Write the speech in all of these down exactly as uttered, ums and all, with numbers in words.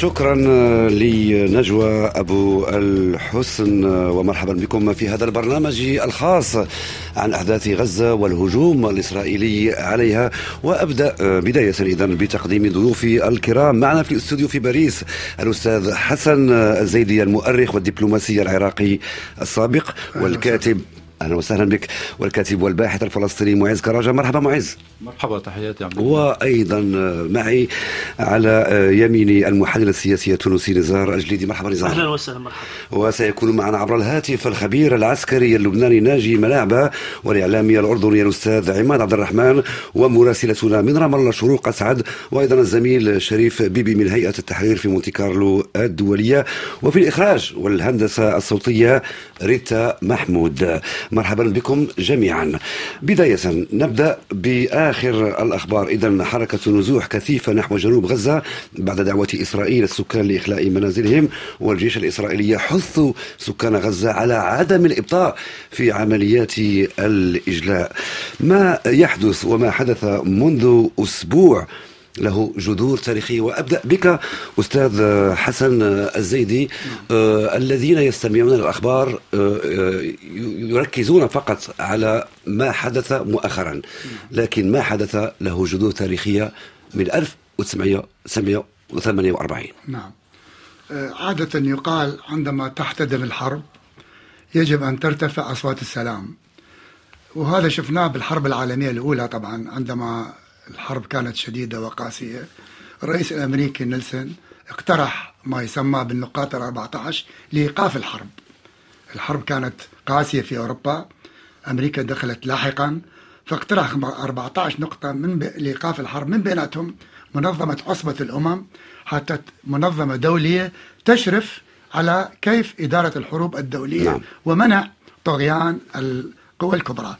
شكرا لنجوى أبو الحسن، ومرحبا بكم في هذا البرنامج الخاص عن أحداث غزة والهجوم الإسرائيلي عليها. وأبدأ بداية إذن بتقديم ضيوفي الكرام. معنا في الاستوديو في باريس الأستاذ حسن الزيدي، المؤرخ والدبلوماسي العراقي السابق، والكاتب أهلا وسهلا بك، والكاتب والباحث الفلسطيني معز كراجة. مرحبا معز. مرحبا، تحياتي عبد. وأيضا معي على يميني المحلل السياسي التونسي نزار الجليدي. مرحبا نزار. أهلا وسهلا. مرحبا. وسيكون معنا عبر الهاتف الخبير العسكري اللبناني ناجي ملاعبة، والإعلامي الأردني الأستاذ عماد عبد الرحمن، ومراسلتنا من رام الله شروق أسعد، وأيضا الزميل شريف بيبي من هيئة التحرير في مونتي كارلو الدولية، وفي الإخراج والهندسة الصوتية ريتا محمود. مرحبا بكم جميعا. بداية نبدأ بآخر الأخبار. إذن حركة نزوح كثيفة نحو جنوب غزة بعد دعوة إسرائيل السكان لإخلاء منازلهم، والجيش الإسرائيلي يحث سكان غزة على عدم الإبطاء في عمليات الإجلاء. ما يحدث وما حدث منذ أسبوع له جذور تاريخية. وأبدأ بك أستاذ حسن الزيدي. آه الذين يستمعون الأخبار آه يركزون فقط على ما حدث مؤخرا، لكن ما حدث له جذور تاريخية من ألف وتسعمائة وثمانية وأربعين. نعم. عادة يقال عندما تحتدم الحرب يجب أن ترتفع أصوات السلام، وهذا شفناه بالحرب العالمية الأولى. طبعا عندما الحرب كانت شديدة وقاسية، الرئيس الأمريكي نيلسون اقترح ما يسمى بالنقاط الأربعة عشر لإيقاف الحرب. الحرب كانت قاسية في أوروبا، أمريكا دخلت لاحقا، فاقترح أربعة عشر نقطة من لإيقاف الحرب، من بيناتهم منظمة عصبة الأمم، حتى منظمة دولية تشرف على كيف إدارة الحروب الدولية. نعم. ومنع طغيان القوى الكبرى.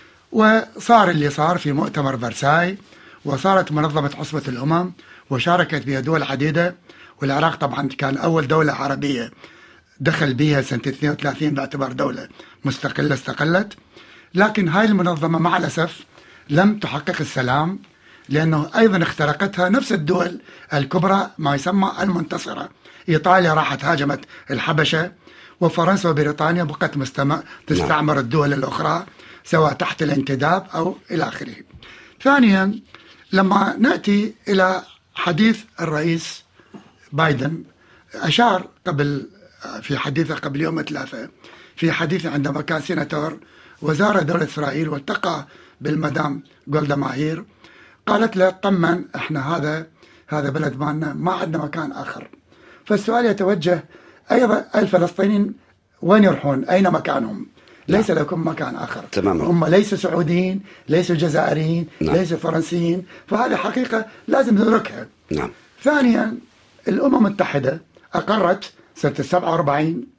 وصار اللي صار في مؤتمر فرساي، وصارت منظمة عصبة الأمم وشاركت بها دول عديدة، والعراق طبعا كان أول دولة عربية دخل بها سنة اثنين وثلاثين باعتبار دولة مستقلة استقلت. لكن هاي المنظمة مع الأسف لم تحقق السلام، لأنه أيضا اخترقتها نفس الدول الكبرى ما يسمى المنتصرة. إيطاليا راحت هاجمت الحبشة، وفرنسا وبريطانيا بقت مستمع تستعمر الدول الأخرى سواء تحت الانتداب أو إلى آخره. ثانيا، لما نأتي إلى حديث الرئيس بايدن، أشار قبل في حديثه قبل يوم ثلاثة في حديثه عندما كان سيناتور وزار دولة إسرائيل والتقى بالمدام جولدا مائير، قالت له طمن احنا هذا هذا بلد مالنا، ما عندنا مكان آخر. فالسؤال يتوجه أيضا، الفلسطينيين وين يروحون؟ أين مكانهم؟ ليس لكم مكان آخر. تماما. هم ليسوا سعوديين، ليسوا جزائريين. نعم. ليسوا فرنسيين. فهذه حقيقة لازم ندركها. نعم. ثانيا، الأمم المتحدة أقرت سنة سبعة وأربعين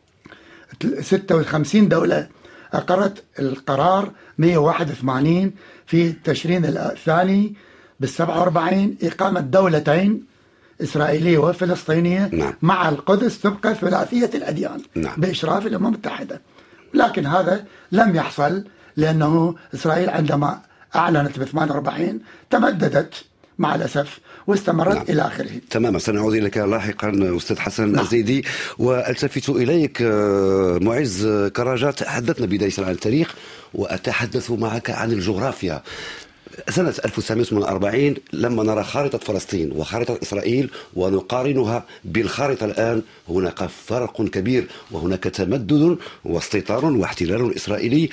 ستة وخمسين دولة أقرت القرار مئة وواحد وثمانين في تشرين الثاني بالسبعة وأربعين إقامة دولتين إسرائيلية وفلسطينية. نعم. مع القدس تبقى ثلاثية الأديان. نعم. بإشراف الأمم المتحدة. لكن هذا لم يحصل، لأنه إسرائيل عندما أعلنت ب ثمانية وأربعين تمددت مع الأسف واستمرت. نعم. إلى آخره. تماما. سنعود إليك لاحقا أستاذ حسن. نعم. الزيدي. والتفت إليك معز كراجة. تحدثنا بداية عن التاريخ، وأتحدث معك عن الجغرافيا. سنة ألف وتسعمائة وثمانية وأربعين لما نرى خارطة فلسطين وخارطة إسرائيل ونقارنها بالخارطة الآن، هناك فرق كبير، وهناك تمدد واستيطان واحتلال إسرائيلي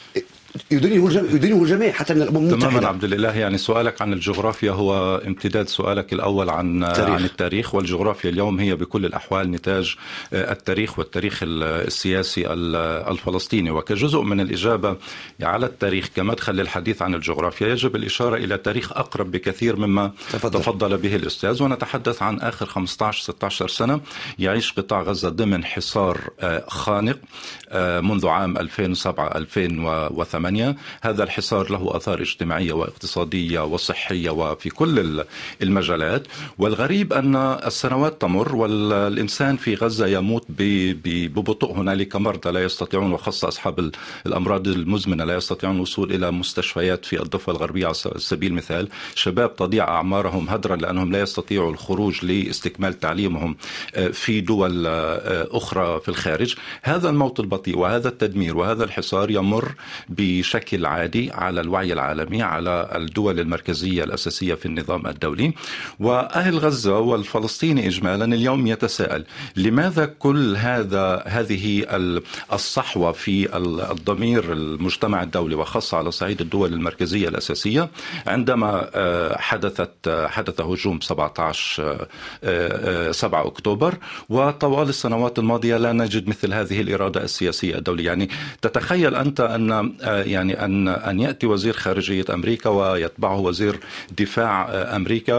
يدينه الجميع حتى من الأمم المتحدة. تماما عبد الإله. يعني سؤالك عن الجغرافيا هو امتداد سؤالك الأول عن تاريخ. عن التاريخ. والجغرافيا اليوم هي بكل الأحوال نتاج التاريخ والتاريخ السياسي الفلسطيني. وكجزء من الإجابة على التاريخ كمدخل للحديث عن الجغرافيا يجب الإشارة إلى تاريخ أقرب بكثير مما تفضل, تفضل به الأستاذ. ونتحدث عن آخر خمسة عشر ستة عشر سنة يعيش قطاع غزة ضمن حصار خانق منذ عام ألفين وسبعة ألفين وثمانية ثمانية. هذا الحصار له آثار اجتماعية واقتصادية وصحية وفي كل المجالات. والغريب أن السنوات تمر والإنسان في غزة يموت ببطء. هنالك مرضى لا يستطيعون، وخاصة أصحاب الأمراض المزمنة، لا يستطيعون الوصول إلى مستشفيات في الضفة الغربية على سبيل المثال. شباب تضيع أعمارهم هدرا لأنهم لا يستطيعوا الخروج لاستكمال تعليمهم في دول أخرى في الخارج. هذا الموت البطيء وهذا التدمير وهذا الحصار يمر بشكل عادي على الوعي العالمي، على الدول المركزية الأساسية في النظام الدولي. وأهل غزة والفلسطيني إجمالا اليوم يتساءل لماذا كل هذا هذه الصحوة في الضمير المجتمع الدولي، وخاصة على صعيد الدول المركزية الأساسية، عندما حدثت حدث هجوم سبعة عشر سبعة أكتوبر، وطوال السنوات الماضية لا نجد مثل هذه الإرادة السياسية الدولية. يعني تتخيل أنت أن يعني أن أن يأتي وزير خارجية أمريكا ويتبعه وزير دفاع أمريكا،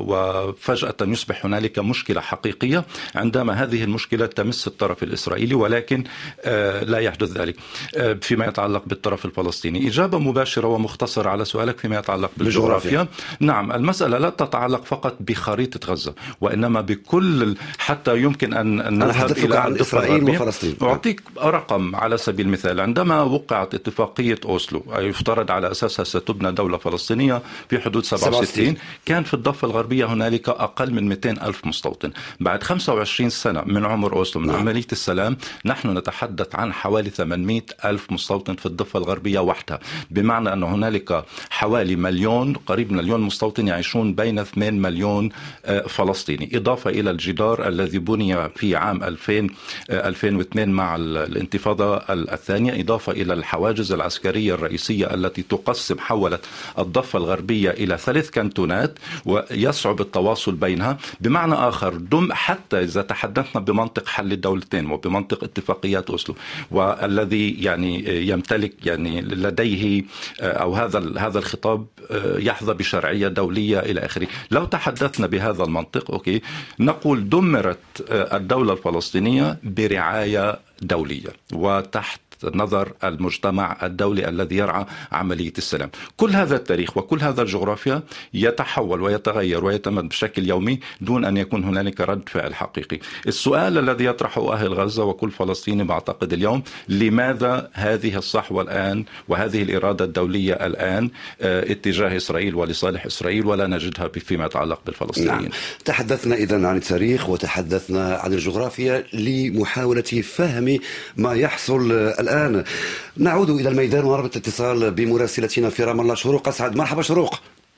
وفجأة يصبح هنالك مشكلة حقيقية عندما هذه المشكلة تمس الطرف الإسرائيلي، ولكن لا يحدث ذلك فيما يتعلق بالطرف الفلسطيني. إجابة مباشرة ومختصرة على سؤالك فيما يتعلق بالجغرافيا. نعم، المسألة لا تتعلق فقط بخريطة غزة، وإنما بكل، حتى يمكن أن نذهب إلى إسرائيل وفلسطين. أعطيك رقم على سبيل المثال. عندما وقعت اتفاقية أوسلو يفترض على أساسها ستبنى دولة فلسطينية في حدود سبعة وستين، كان في الضفة الغربية هنالك أقل من مئتين ألف مستوطن. بعد خمسة وعشرين سنة من عمر أوسلو، من عملية السلام، نحن نتحدث عن حوالي ثمانمئة ألف مستوطن في الضفة الغربية وحدها، بمعنى أن هنالك حوالي مليون، قريب من مليون مستوطن يعيشون بين اثنين مليون فلسطيني، إضافة إلى الجدار الذي بني في عام ألفين ألفين واثنين مع الانتفاضة الثانية، إضافة إلى الحواجز العسكرية الرئيسية التي تقسم، حولت الضفة الغربية إلى ثلاث كانتونات ويصعب التواصل بينها. بمعنى آخر، دم حتى إذا تحدثنا بمنطق حل الدولتين وبمنطق اتفاقيات أوسلو، والذي يعني يمتلك يعني لديه أو هذا هذا الخطاب يحظى بشرعية دولية إلى آخره، لو تحدثنا بهذا المنطق أوكي نقول دمرت الدولة الفلسطينية برعاية دولية وتحت نظر المجتمع الدولي الذي يرعى عملية السلام. كل هذا التاريخ وكل هذا الجغرافيا يتحول ويتغير ويتمد بشكل يومي دون أن يكون هنالك رد فعل حقيقي. السؤال الذي يطرحه أهل غزة وكل فلسطيني بعتقد اليوم، لماذا هذه الصحوة الآن وهذه الإرادة الدولية الآن اتجاه إسرائيل ولصالح إسرائيل ولا نجدها فيما يتعلق بالفلسطينيين؟ نعم. تحدثنا إذن عن التاريخ وتحدثنا عن الجغرافيا لمحاولة فهم ما يحصل الآن. الآن نعود إلى الميدان ونربط الاتصال بمراسلتنا في رام الله شروق أسعد. مرحبا شروق.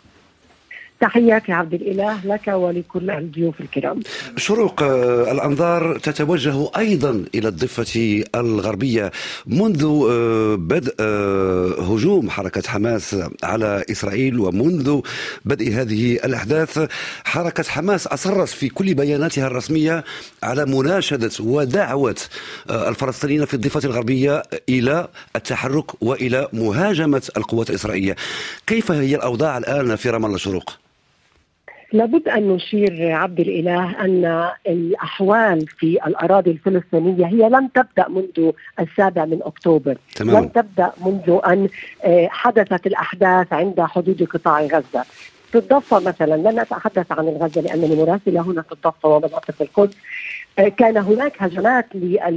تحياتي عبد الإله لك ولكل الضيوف الكرام. شروق، الأنظار تتوجه أيضا إلى الضفة الغربية منذ بدء هجوم حركة حماس على إسرائيل ومنذ بدء هذه الأحداث. حركة حماس أصرت في كل بياناتها الرسمية على مناشدة ودعوة الفلسطينيين في الضفة الغربية إلى التحرك وإلى مهاجمة القوات الإسرائيلية. كيف هي الأوضاع الآن في رام الله شروق؟ لابد أن نشير عبد الإله أن الأحوال في الأراضي الفلسطينية هي لم تبدأ منذ السابع من أكتوبر. تمام. لم تبدأ منذ أن حدثت الأحداث عند حدود قطاع غزة. في الضفة مثلا، لن أتحدث عن الغزة لأنني مراسلة هنا في الضفة ومناطق القدس، كان هناك هجمات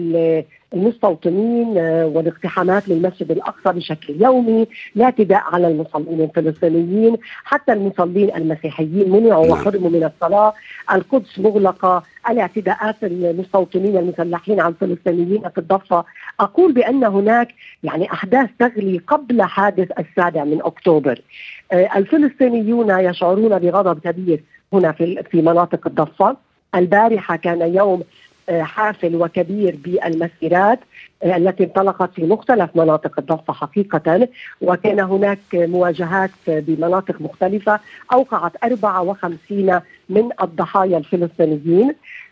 للمستوطنين والاقتحامات للمسجد الأقصى بشكل يومي، الاعتداء على المصلين الفلسطينيين، حتى المصلين المسيحيين منعوا وحرموا من الصلاة، القدس مغلقة، الاعتداءات المستوطنين المسلحين على الفلسطينيين في الضفة. أقول بأن هناك يعني أحداث تغلي قبل حادث السابع من أكتوبر. الفلسطينيون يشعرون بغضب كبير هنا في في مناطق الضفة. البارحة كان يوم حافل وكبير بالمسيرات التي انطلقت في مختلف مناطق الضفة حقيقة، وكان هناك مواجهات بمناطق مختلفة أوقعت أربعة وخمسين من الضحايا الفلسطينيين،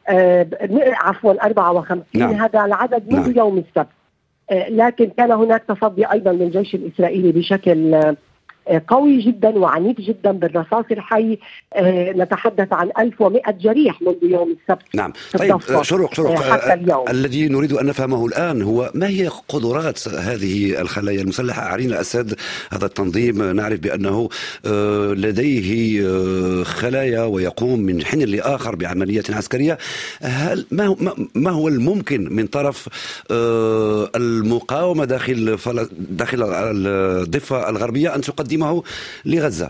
عفوا أربعة وخمسين. نعم. هذا العدد منذ نعم. يوم السبت. لكن كان هناك تصدي أيضا من الجيش الإسرائيلي بشكل قوي جدا وعنيف جدا بالرصاص الحي. نتحدث عن ألف ومئة جريح منذ يوم السبت. نعم. طيب شروق شروق حتى اليوم. الذي نريد أن نفهمه الآن هو ما هي قدرات هذه الخلايا المسلحة؟ عرين الأسد هذا التنظيم نعرف بأنه لديه خلايا ويقوم من حين لآخر بعمليات عسكرية. هل ما ما هو الممكن من طرف المقاومة داخل داخل الضفة الغربية أن تقدمه لغزة؟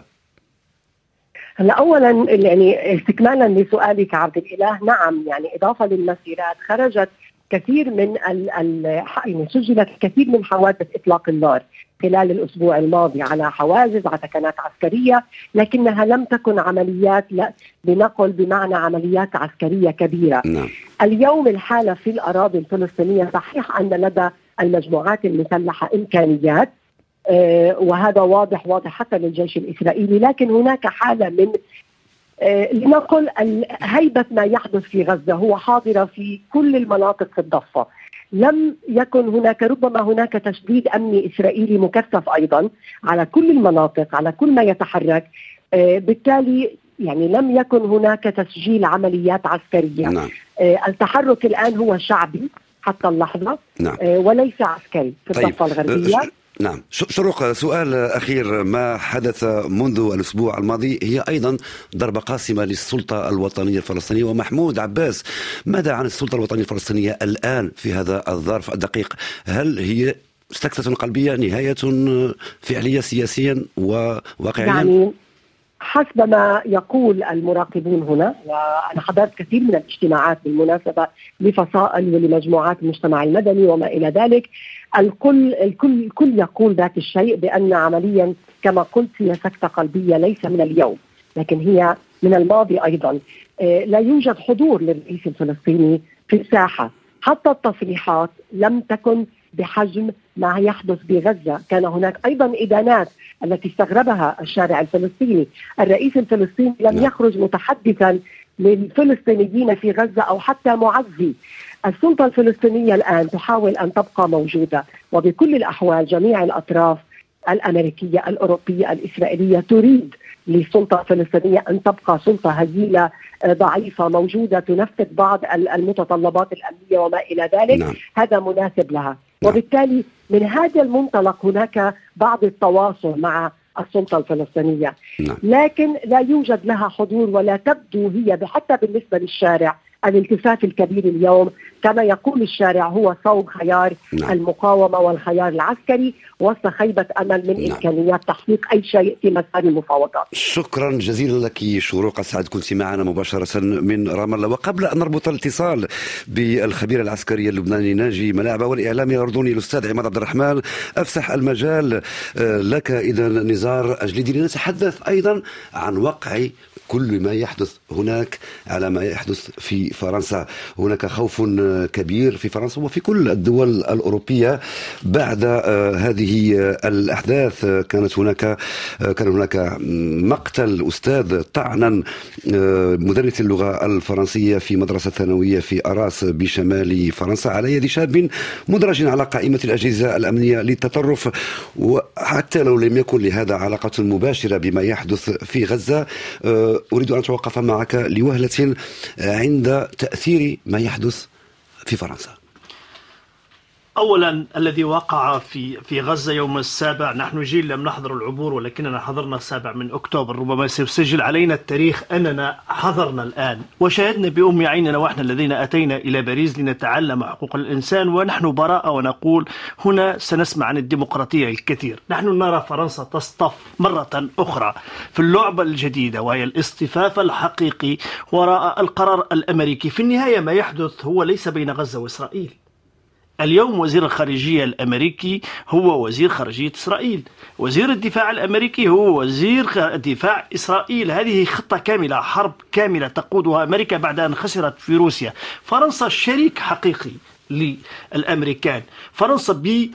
هلا اولا يعني استكمالا لسؤالك عبد الاله، نعم يعني اضافه للمسيرات خرجت كثير من ال ال يعني سجلت كثير من حوادث اطلاق النار خلال الاسبوع الماضي على حواجز على سكنات عسكريه، لكنها لم تكن عمليات لا بنقل بمعنى عمليات عسكريه كبيره. نعم. اليوم الحاله في الاراضي الفلسطينيه صحيح ان لدى المجموعات المسلحه امكانيات، آه وهذا واضح واضح حتى للجيش الإسرائيلي، لكن هناك حالة من آه لنقل هيبة ما يحدث في غزة هو حاضرة في كل المناطق في الضفة. لم يكن هناك ربما هناك تشديد أمني إسرائيلي مكثف أيضا على كل المناطق على كل ما يتحرك، آه بالتالي يعني لم يكن هناك تسجيل عمليات عسكرية. نعم. آه التحرك الآن هو شعبي حتى اللحظة. نعم. آه وليس عسكري في طيب. الضفة الغربية. نعم. شروق سؤال أخير، ما حدث منذ الأسبوع الماضي هي أيضا ضربة قاسمة للسلطة الوطنية الفلسطينية ومحمود عباس. ماذا عن السلطة الوطنية الفلسطينية الآن في هذا الظرف الدقيق؟ هل هي سكتة قلبية نهاية فعلية سياسيا وواقعيا؟ يعني حسب ما يقول المراقبون هنا، وأنا حضرت كثير من الاجتماعات بالمناسبة لفصائل ولمجموعات المجتمع المدني وما إلى ذلك، الكل الكل الكل يقول ذات الشيء، بأن عمليا كما قلت هي سكتة قلبية ليس من اليوم لكن هي من الماضي أيضا. لا يوجد حضور للرئيس الفلسطيني في الساحة، حتى التصريحات لم تكن بحجم ما يحدث بغزة. كان هناك أيضا إدانات التي استغربها الشارع الفلسطيني. الرئيس الفلسطيني لم يخرج متحدثا للفلسطينيين في غزة أو حتى معزي. السلطة الفلسطينية الآن تحاول أن تبقى موجودة، وبكل الأحوال جميع الأطراف الأمريكية الأوروبية الإسرائيلية تريد للسلطة الفلسطينية أن تبقى سلطة هزيلة ضعيفة موجودة تنفذ بعض المتطلبات الأمنية وما إلى ذلك. نعم. هذا مناسب لها. نعم. وبالتالي من هذا المنطلق هناك بعض التواصل مع السلطة الفلسطينية. نعم. لكن لا يوجد لها حضور، ولا تبدو هي حتى بالنسبة للشارع الالتفاف الكبير اليوم كما يقول الشارع هو صوب خيار نعم. المقاومة والخيار العسكري وسط خيبة أمل من نعم. إمكانيات تحقيق أي شيء في مسار المفاوضات. شكرا جزيلا لك شروق أسعد، كنت معنا مباشرة من رام الله. وقبل أن نربط الاتصال بالخبير العسكري اللبناني ناجي ملاعبة والإعلامي الأردني الأستاذ عماد عبد الرحمن، أفسح المجال لك إذا نزار أجلدي لنتحدث أيضا عن وقع كل ما يحدث هناك على ما يحدث في فرنسا. هناك خوف كبير في فرنسا وفي كل الدول الأوروبية بعد هذه الأحداث. كانت هناك كان هناك مقتل أستاذ طعنا مدرس اللغة الفرنسية في مدرسة ثانوية في أراس بشمال فرنسا على يد شاب مدرج على قائمة الأجهزة الأمنية للتطرف. وحتى لو لم يكن لهذا علاقة مباشرة بما يحدث في غزة، أريد أن أتوقف معك لوهلة عند تأثير ما يحدث في فرنسا. أولا الذي وقع في في غزة يوم السابع، نحن جيل لم نحضر العبور ولكننا حضرنا السابع من أكتوبر، ربما سيسجل علينا التاريخ أننا حضرنا الآن وشاهدنا بأم عيننا، ونحن الذين أتينا إلى باريس لنتعلم حقوق الإنسان ونحن براء ونقول هنا سنسمع عن الديمقراطية الكثير. نحن نرى فرنسا تصطف مرة أخرى في اللعبة الجديدة وهي الاصطفاف الحقيقي وراء القرار الأمريكي. في النهاية ما يحدث هو ليس بين غزة وإسرائيل. اليوم وزير الخارجية الأمريكي هو وزير خارجية إسرائيل، وزير الدفاع الأمريكي هو وزير دفاع إسرائيل. هذه خطة كاملة، حرب كاملة تقودها أمريكا بعد أن خسرت في روسيا. فرنسا شريك حقيقي للأمريكان. فرنسا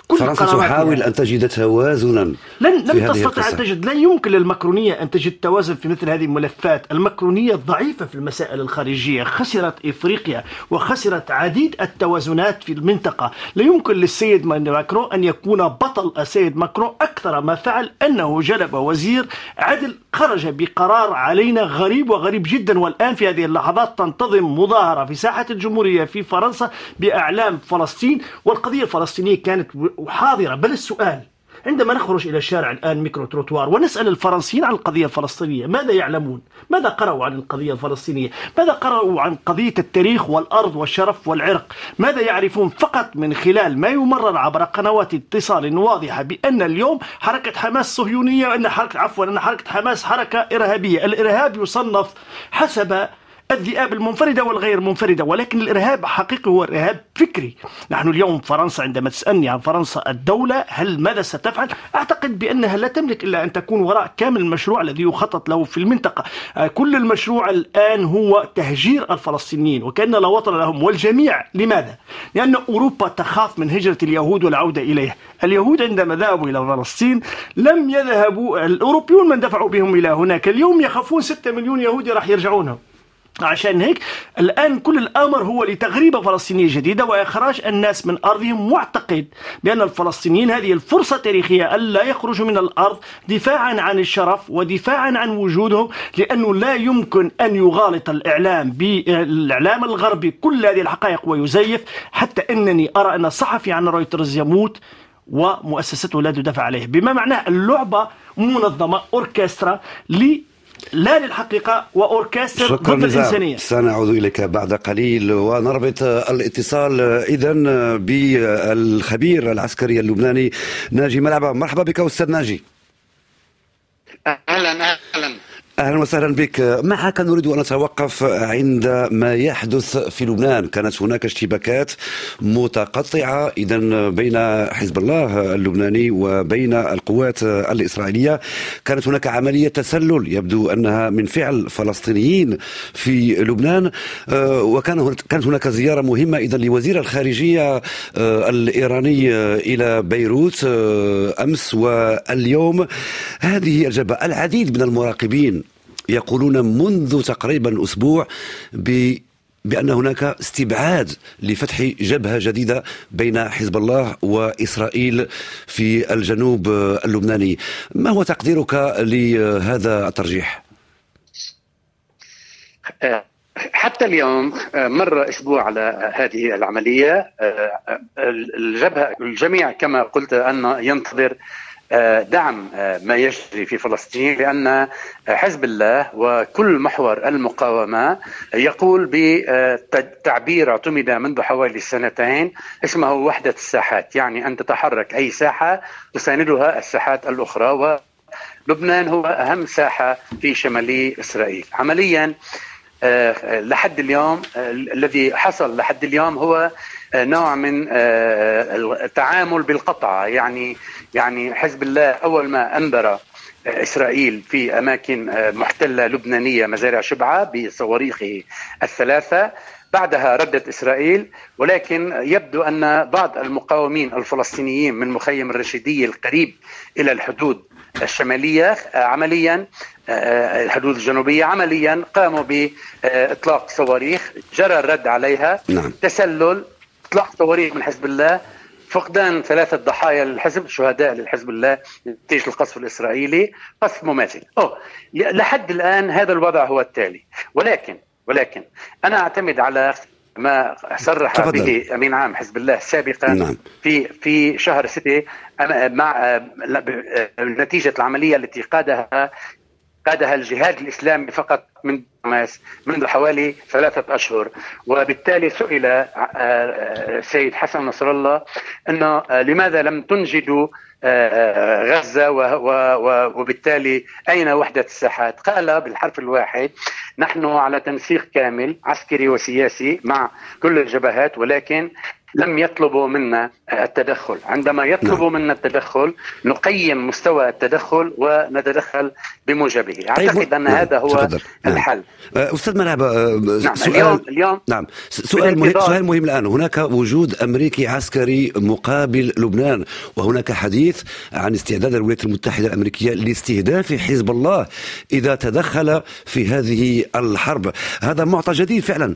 فرنسا تحاول أن تجد توازنا. لن لن تستطيع أن تجد، لن يمكن للمكرونية أن تجد توازن في مثل هذه الملفات. المكرونية ضعيفة في المسائل الخارجية، خسرت إفريقيا وخسرت عديد التوازنات في المنطقة. لا يمكن للسيد ماكرون أن يكون بطل. السيد ماكرون أكثر ما فعل أنه جلب وزير عدل خرج بقرار علينا غريب وغريب جدا، والآن في هذه اللحظات تنتظم مظاهرة في ساحة الجمهورية في فرنسا بأعلام فلسطين، والقضية الفلسطينية كانت حاضرة. بل السؤال عندما نخرج إلى الشارع الآن ميكرو تروتوار ونسأل الفرنسيين عن القضية الفلسطينية، ماذا يعلمون؟ ماذا قرأوا عن القضية الفلسطينية؟ ماذا قرأوا عن قضية التاريخ والأرض والشرف والعرق؟ ماذا يعرفون فقط من خلال ما يمرر عبر قنوات اتصال واضحة بأن اليوم حركة حماس صهيونية، وأن حركة عفوا أن حركة حماس حركة إرهابية. الإرهاب يصنف حسب الذئاب المنفردة والغير منفردة، ولكن الإرهاب حقيقي هو إرهاب فكري. نحن اليوم فرنسا، عندما تسألني عن فرنسا الدولة هل ماذا ستفعل، أعتقد بأنها لا تملك إلا أن تكون وراء كامل المشروع الذي يخطط له في المنطقة. كل المشروع الآن هو تهجير الفلسطينيين وكأن لا وطن لهم، والجميع. لماذا؟ لأن أوروبا تخاف من هجرة اليهود والعودة إليها. اليهود عندما ذهبوا إلى فلسطين لم يذهبوا الأوروبيون من دفعوا بهم إلى هناك. اليوم يخافون ستة مليون يهودي راح يرجعونهم. عشان هيك الآن كل الأمر هو لتغريبة فلسطينية جديدة وإخراج الناس من أرضهم، معتقد بأن الفلسطينيين هذه الفرصة التاريخية ألا يخرجوا من الأرض دفاعا عن الشرف ودفاعا عن وجودهم، لأنه لا يمكن أن يغالط الإعلام بالإعلام الغربي كل هذه الحقائق ويزيف، حتى أنني أرى أن الصحفي عن رويترز يموت ومؤسسته لا تدافع عليه، بما معناه اللعبة منظمة أوركسترا ل لا للحقيقة وأوركستر ضد الإنسانية. سنعود إليك بعد قليل ونربط الاتصال إذن بالخبير العسكري اللبناني ناجي ملعبة. مرحبا بك أستاذ ناجي. أهلا أهلا أهلا وسهلا بك. معك نريد أن نتوقف عند ما يحدث في لبنان. كانت هناك اشتباكات متقطعة إذن بين حزب الله اللبناني وبين القوات الإسرائيلية. كانت هناك عملية تسلل يبدو أنها من فعل فلسطينيين في لبنان، وكان كانت هناك زيارة مهمة إذن لوزير الخارجية الإيراني إلى بيروت أمس واليوم. هذه الجبهة العديد من المراقبين يقولون منذ تقريبا أسبوع بأن هناك استبعاد لفتح جبهة جديدة بين حزب الله وإسرائيل في الجنوب اللبناني. ما هو تقديرك لهذا الترجيح؟ حتى اليوم مر أسبوع على هذه العملية. الجبهة الجميع كما قلت أن ينتظر دعم ما يجري في فلسطين، لأن حزب الله وكل محور المقاومة يقول بتعبير اعتمد منذ حوالي سنتين اسمه وحدة الساحات، يعني أن تتحرك أي ساحة تساندها الساحات الأخرى، ولبنان هو أهم ساحة في شمالي إسرائيل. عمليا لحد اليوم الذي حصل لحد اليوم هو نوع من التعامل بالقطعة، يعني يعني حزب الله أول ما أنذر إسرائيل في أماكن محتلة لبنانية مزارع شبعة بصواريخه الثلاثة، بعدها ردت إسرائيل، ولكن يبدو أن بعض المقاومين الفلسطينيين من مخيم الرشيدية القريب إلى الحدود الشمالية عمليا الحدود الجنوبية عمليا قاموا بإطلاق صواريخ، جرى الرد عليها. نعم. تسلل، إطلاق صواريخ من حزب الله، فقدان ثلاثة ضحايا للحزب، شهداء للحزب الله نتيجة القصف الإسرائيلي، قصف مماثل. أوه. لحد الآن هذا الوضع هو التالي، ولكن ولكن أنا أعتمد على ما صرح تفضل. به أمين عام حزب الله سابقا. نعم. في في شهر ستة مع نتيجة العملية التي قادها قادها الجهاد الإسلامي فقط من حماس منذ حوالي ثلاثة أشهر، وبالتالي سئل السيد حسن نصر الله أنه لماذا لم تنجدوا غزة وبالتالي أين وحدة الساحات؟ قال بالحرف الواحد: نحن على تنسيق كامل عسكري وسياسي مع كل الجبهات، ولكن لم يطلبوا منا التدخل. عندما يطلبوا نعم. منا التدخل نقيم مستوى التدخل ونتدخل بموجبه. أعتقد أن نعم. هذا هو تفضل. الحل. نعم. أستاذ ملعبة، نعم. سؤال اليوم اليوم نعم سؤال مهم سؤال مهم الآن. هناك وجود أمريكي عسكري مقابل لبنان، وهناك حديث عن استعداد الولايات المتحدة الأمريكية لاستهداف حزب الله إذا تدخل في هذه الحرب. هذا معطى جديد فعلا.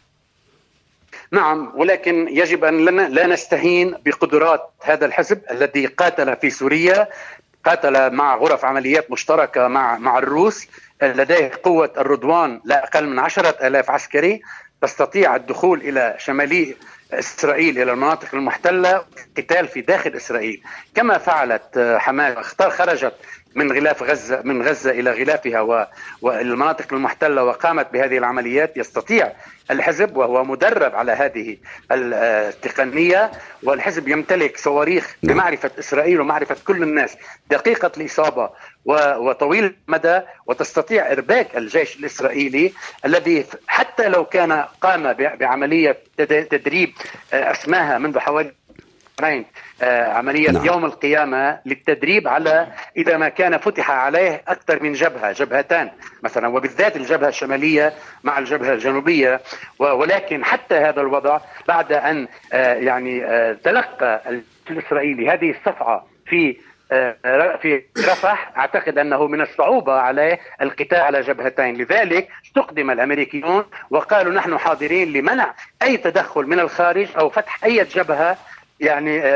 نعم، ولكن يجب أن لا نستهين بقدرات هذا الحزب الذي قاتل في سوريا، قاتل مع غرف عمليات مشتركة مع مع الروس، لديه قوة الرضوان لا أقل من عشرة آلاف عسكري، تستطيع الدخول إلى شمالي إسرائيل إلى المناطق المحتلة، قتال في داخل إسرائيل كما فعلت حماس، خرجت من غلاف غزة من غزة إلى غلافها والمناطق المحتلة وقامت بهذه العمليات. يستطيع الحزب وهو مدرب على هذه التقنية، والحزب يمتلك صواريخ بمعرفة إسرائيل ومعرفة كل الناس، دقيقة الإصابة وطويل المدى، وتستطيع إرباك الجيش الإسرائيلي الذي حتى لو كان قام بعملية تدريب أسماها منذ حوالي عملية نعم. يوم القيامة للتدريب على إذا ما كان فتح عليه أكثر من جبهة جبهتان مثلا، وبالذات الجبهة الشمالية مع الجبهة الجنوبية. ولكن حتى هذا الوضع بعد أن يعني تلقى الإسرائيلي هذه الصفعة في في رفح، أعتقد أنه من الصعوبة عليه القتال على جبهتين. لذلك استخدم الأمريكيون وقالوا نحن حاضرين لمنع أي تدخل من الخارج أو فتح أي جبهة، يعني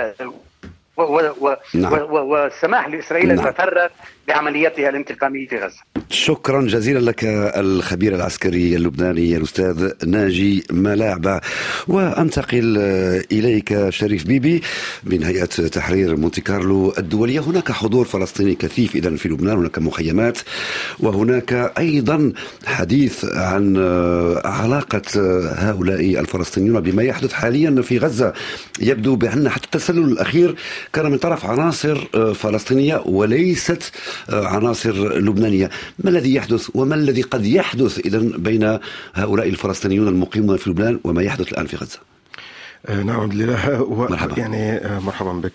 والسماح لإسرائيل أن تتفرغ بعملياتها الانتقامية في غزة. شكرا جزيلا لك الخبير العسكري اللبناني الأستاذ ناجي ملاعبة. وأنتقل إليك شريف بيبي من هيئة تحرير مونتي كارلو الدولية. هناك حضور فلسطيني كثيف إذن في لبنان، هناك مخيمات، وهناك أيضا حديث عن علاقة هؤلاء الفلسطينيون بما يحدث حاليا في غزة. يبدو بأن حتى التسلل الأخير كان من طرف عناصر فلسطينية وليست عناصر لبنانية. ما الذي يحدث وما الذي قد يحدث إذن بين هؤلاء الفلسطينيون المقيمون في لبنان وما يحدث الآن في غزة؟ نعم لله و... مرحبا. يعني مرحبا بك.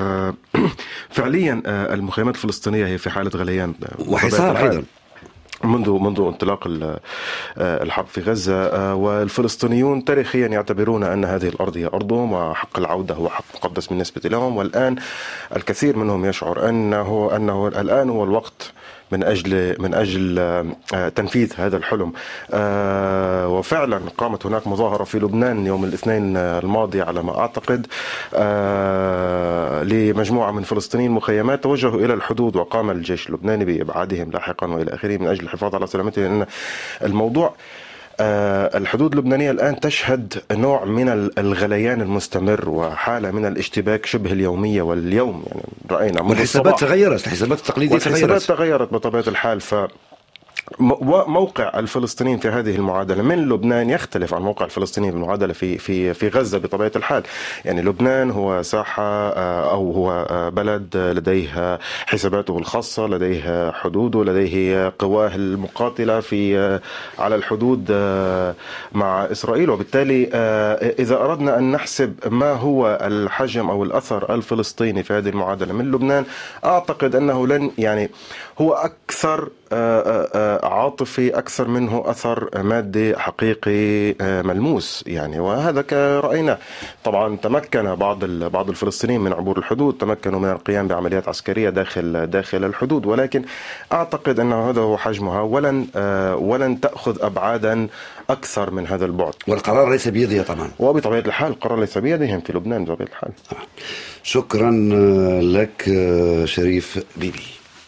فعليا المخيمات الفلسطينية هي في حالة غليان وحصار أيضا منذ منذ انطلاق الحرب في غزة، والفلسطينيون تاريخيا يعتبرون أن هذه الأرض هي أرضهم وحق العودة هو حق مقدس بالنسبة لهم. والآن الكثير منهم يشعر أنه أنه الآن هو الوقت من أجل من أجل تنفيذ هذا الحلم. وفعلا قامت هناك مظاهرة في لبنان يوم الاثنين الماضي على ما أعتقد لمجموعة من فلسطينيين مخيمات توجهوا إلى الحدود، وقام الجيش اللبناني بإبعادهم لاحقا وإلى آخره من أجل الحفاظ على سلامتهم، لأن الموضوع الحدود اللبنانية الآن تشهد نوع من الغليان المستمر وحالة من الاشتباك شبه اليومية. واليوم يعني رأينا والحسابات تغيرت، الحسابات التقليدية والحسابات تغيرت بطبيعة الحال. ف وموقع الفلسطينيين في هذه المعادلة من لبنان يختلف عن موقع الفلسطينيين في المعادلة في في في غزة بطبيعة الحال. يعني لبنان هو ساحة أو هو بلد لديه حساباته الخاصة، لديه حدوده، لديه قواه المقاتلة في على الحدود مع إسرائيل. وبالتالي إذا أردنا أن نحسب ما هو الحجم أو الأثر الفلسطيني في هذه المعادلة من لبنان، أعتقد أنه لن يعني هو أكثر عاطفي أكثر منه أثر مادي حقيقي ملموس يعني. وهذا كرأينا طبعا تمكن بعض بعض الفلسطينيين من عبور الحدود، تمكنوا من القيام بعمليات عسكرية داخل داخل الحدود، ولكن أعتقد أن هذا هو حجمها ولن ولن تأخذ أبعادا أكثر من هذا البعد. والقرار ليس بيدها طبعا، وبطبيعة الحال القرار ليس بيدهم في لبنان بطبيعة الحال. شكرا لك شريف بيبي.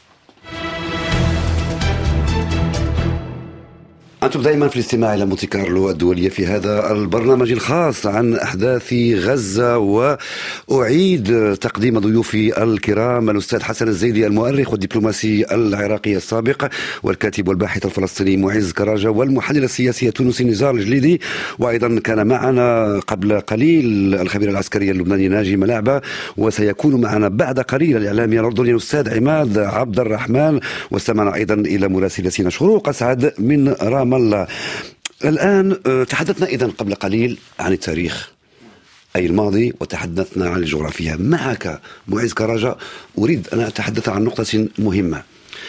أنتم دائما في الاستماع إلى مونتي كارلو الدولية في هذا البرنامج الخاص عن أحداث غزة، وأعيد تقديم ضيوفي الكرام الأستاذ حسن الزيدي المؤرخ والدبلوماسي العراقي السابق والكاتب والباحث الفلسطيني معز كراجة، والمحلل السياسي التونسي نزار الجليدي، وأيضا كان معنا قبل قليل الخبير العسكري اللبناني ناجي ملاعبة، وسيكون معنا بعد قليل الإعلامي الأردني الأستاذ عماد عبد الرحمن، واستمعنا أيضا إلى مراسل سينا شروق أسعد من رام الله. الآن تحدثنا إذن قبل قليل عن التاريخ، أي الماضي وتحدثنا عن الجغرافيا. معك معز كراجة أريد أن أتحدث عن نقطة مهمة.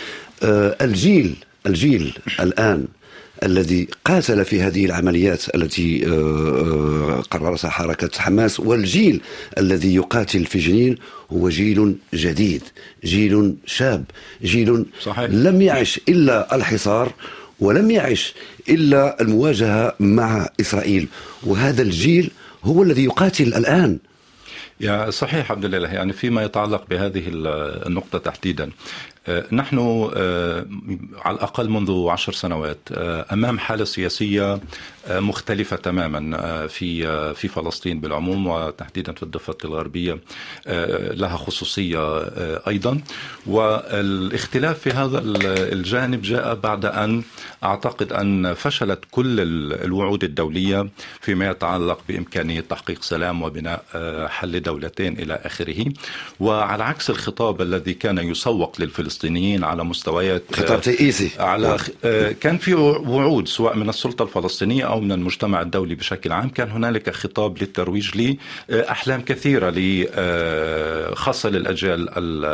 الجيل الجيل الآن الذي قاتل في هذه العمليات التي قررتها حركة حماس والجيل الذي يقاتل في جنين هو جيل جديد، جيل شاب، جيل صحيح. لم يعش إلا الحصار ولم يعش إلا المواجهة مع إسرائيل، وهذا الجيل هو الذي يقاتل الآن. يا صحيح عبد الله. يعني فيما يتعلق بهذه النقطة تحديدا، نحن على الأقل منذ عشر سنوات أمام حالة سياسية مختلفة تماما في في فلسطين بالعموم وتحديدا في الضفة الغربية لها خصوصية أيضا، والاختلاف في هذا الجانب جاء بعد أن أعتقد أن فشلت كل الوعود الدولية فيما يتعلق بإمكانية تحقيق سلام وبناء حل دولتين إلى آخره، وعلى عكس الخطاب الذي كان يسوق للفلسطينيين على مستويات خطاب تأسيسي على كان في وعود سواء من السلطة الفلسطينية أو من المجتمع الدولي بشكل عام، كان هنالك خطاب للترويج لأحلام كثيرة خاصة للأجيال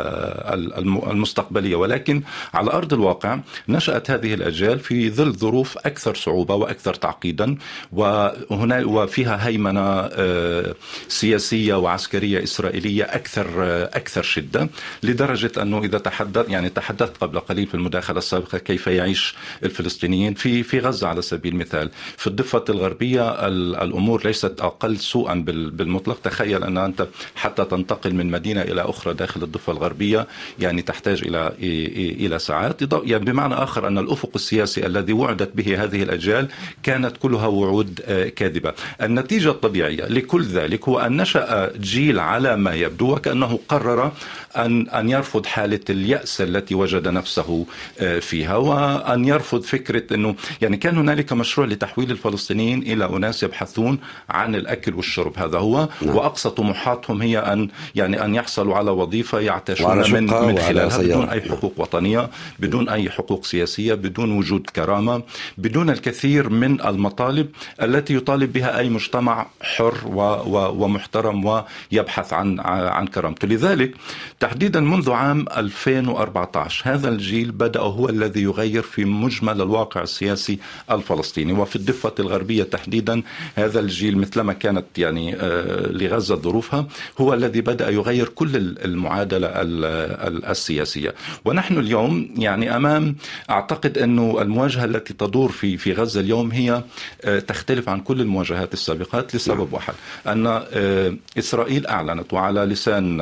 المستقبلية، ولكن على أرض الواقع نشأت هذه الأجيال في ظل ظروف أكثر صعوبة وأكثر تعقيدا، وهنا وفيها هيمنة سياسية وعسكرية إسرائيلية أكثر أكثر شدة، لدرجة أنه إذا تحدث يعني تحدثت قبل قليل في المداخلة السابقة كيف يعيش الفلسطينيين في في غزة على سبيل المثال. في الضفة الغربية الأمور ليست أقل سوءا بالمطلق. تخيل أن أنت حتى تنتقل من مدينة إلى أخرى داخل الضفة الغربية يعني تحتاج إلى إلى ساعات. يعني بمعنى آخر أن الأفق السياسي الذي وعدت به هذه الأجيال كانت كلها وعود كاذبة. النتيجة الطبيعية لكل ذلك هو أن نشأ جيل على ما يبدو وكأنه قرر أن أن يرفض حالة اليأس التي وجد نفسه فيها، وأن يرفض فكرة أنه يعني كان هنالك مشروع لتحويل الفلسطينيين إلى أناس يبحثون عن الأكل والشرب، هذا هو نعم. وأقصى طموحاتهم هي أن يعني أن يحصلوا على وظيفة يعتاشون من من خلالها بدون أي حقوق وطنية، بدون أي حقوق سياسية، بدون وجود كرامة، بدون الكثير من المطالب التي يطالب بها أي مجتمع حر ومحترم ويبحث عن عن كرامته. لذلك تحديدا منذ عام ألفين وأربعة عشر هذا الجيل بدأ هو الذي يغير في مجمل الواقع السياسي الفلسطيني، وفي الضفة الغربية تحديدا هذا الجيل مثلما كانت يعني لغزة ظروفها هو الذي بدأ يغير كل المعادلة السياسية. ونحن اليوم يعني أمام أعتقد أنه المواجهة التي تدور في في غزة اليوم هي تختلف عن كل المواجهات السابقات لسبب واحد، أن إسرائيل أعلنت وعلى لسان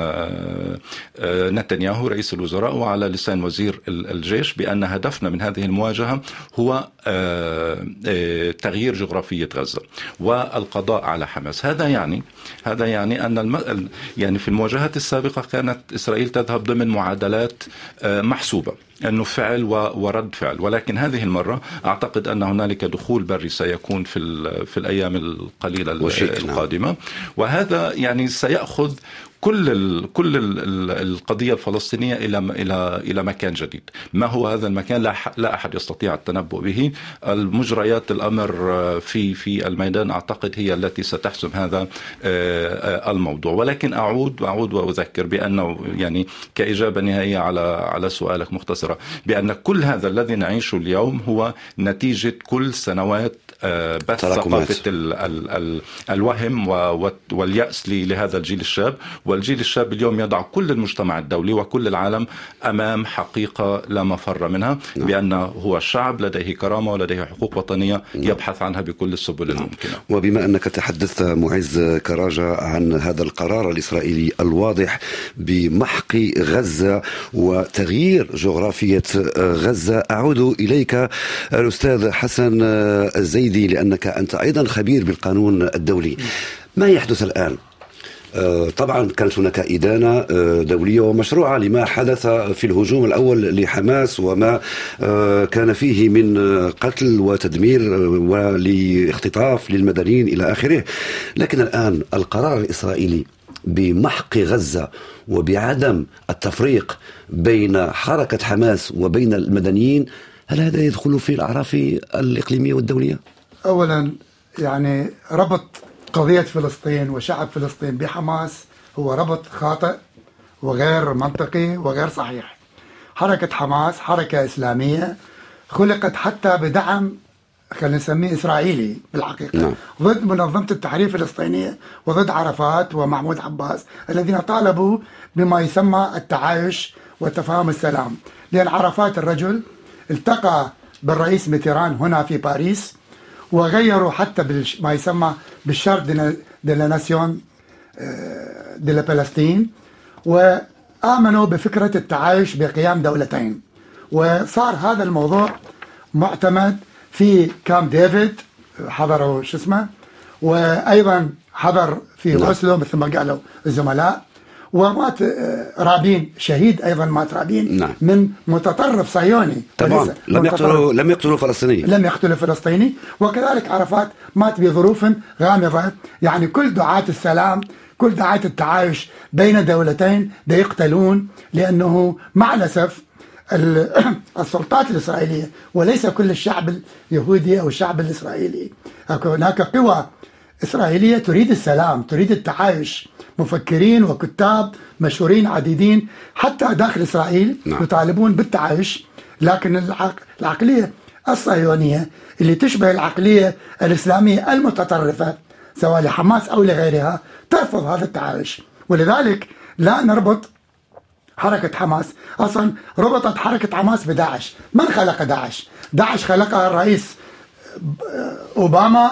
نتنياهو رئيس الوزراء وعلى لسان وزير الجيش بأن هدفنا من هذه المواجهة هو تغيير جغرافية غزة والقضاء على حماس. هذا يعني هذا يعني أن الم... يعني في المواجهات السابقة كانت إسرائيل تذهب ضمن معادلات محسوبة أنه فعل ورد فعل، ولكن ههذه المرة أعتقد أن هنالك دخول بري سيكون في في الأيام القليلة القادمة، وهذا يعني سيأخذ كل ال كل ال القضية الفلسطينية إلى إلى إلى مكان جديد. ما هو هذا المكان؟ لا لا أحد يستطيع التنبؤ به. المجريات الأمر في في الميدان أعتقد هي التي ستحسم هذا الموضوع. ولكن أعود وأعود وأذكر بأنه يعني كإجابة نهائية على على سؤالك مختصرة بأن كل هذا الذي نعيشه اليوم هو نتيجة كل سنوات بث ثقافة ال ال ال الوهم واليأس لهذا الجيل الشاب. والجيل الشاب اليوم يضع كل المجتمع الدولي وكل العالم أمام حقيقة لا مفر منها، بأنه هو الشعب لديه كرامة ولديه حقوق وطنية يبحث عنها بكل السبل الممكنة. وبما أنك تحدثت معز كراجة عن هذا القرار الإسرائيلي الواضح بمحق غزة وتغيير جغرافية غزة، أعود إليك الأستاذ حسن الزيدي لأنك أنت أيضا خبير بالقانون الدولي. ما يحدث الآن؟ طبعا كانت هناك إدانة دولية ومشروعة لما حدث في الهجوم الأول لحماس وما كان فيه من قتل وتدمير ولاختطاف للمدنيين إلى آخره، لكن الآن القرار الإسرائيلي بمحق غزة وبعدم التفريق بين حركة حماس وبين المدنيين، هل هذا يدخل في الأعراف الإقليمية والدولية؟ أولا يعني ربط قضية فلسطين وشعب فلسطين بحماس هو ربط خاطئ وغير منطقي وغير صحيح. حركة حماس حركة إسلامية خلقت حتى بدعم خلينا نسميه إسرائيلي بالحقيقة نعم. ضد منظمة التحرير الفلسطينية وضد عرفات ومحمود عباس الذين طالبوا بما يسمى التعايش وتفاهم السلام، لأن عرفات الرجل التقى بالرئيس ميتيران هنا في باريس وغيروا حتى ما يسمى بالشرط دي لا ناسيون دي لا فلسطين، وآمنوا بفكرة التعايش بقيام دولتين. وصار هذا الموضوع معتمد في كامب ديفيد، حضروا شو اسمه، وأيضا حضر في أوسلو مثل ما قالوا الزملاء، ومات رابين شهيد أيضا مات رابين نعم. من متطرف صهيوني تمام. لم يقتلوا لم يقتلوا فلسطيني لم يقتلوا فلسطيني وكذلك عرفات مات بظروف غامضة. يعني كل دعاة السلام كل دعاة التعايش بين دولتين دا يقتلون، لأنه مع الأسف السلطات الإسرائيلية وليس كل الشعب اليهودي أو الشعب الإسرائيلي، هناك قوى إسرائيلية تريد السلام تريد التعايش، مفكرين وكتاب مشهورين عديدين حتى داخل إسرائيل نعم. يطالبون بالتعايش، لكن العقلية الصهيونية اللي تشبه العقلية الإسلامية المتطرفة سواء لحماس أو لغيرها ترفض هذا التعايش. ولذلك لا نربط حركة حماس، أصلا ربطت حركة حماس بداعش. من خلق داعش؟ داعش خلقها الرئيس أوباما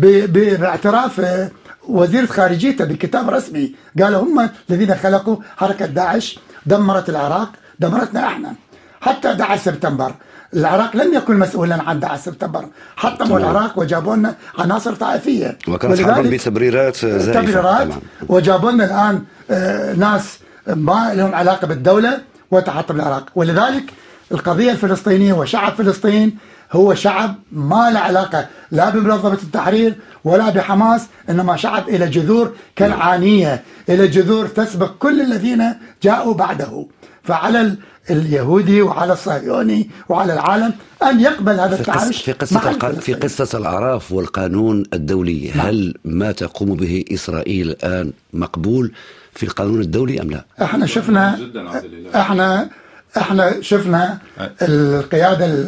باعتراف وزيرة خارجيته بكتاب رسمي، قالوا هم الذين خلقوا حركة داعش، دمرت العراق دمرتنا احنا. حتى داعش سبتمبر العراق لم يكن مسؤولا عن داعش سبتمبر، حطموا العراق وجابوا لنا عناصر طائفية وكانت حرب بتبريرات زائفة وجابوا لنا الآن ناس ما لهم علاقة بالدولة وتحطم العراق. ولذلك القضية الفلسطينية وشعب فلسطين هو شعب ما له علاقة لا بمنظمة التحرير ولا بحماس، إنما شعب إلى جذور كالعانية، إلى جذور تسبق كل الذين جاءوا بعده. فعلى اليهودي وعلى الصهيوني وعلى العالم أن يقبل هذا التعايش. في قصة الق... في قصة الأعراف والقانون الدولي نعم. هل ما تقوم به إسرائيل الآن مقبول في القانون الدولي أم لا؟ احنا شفنا احنا احنا شفنا القيادة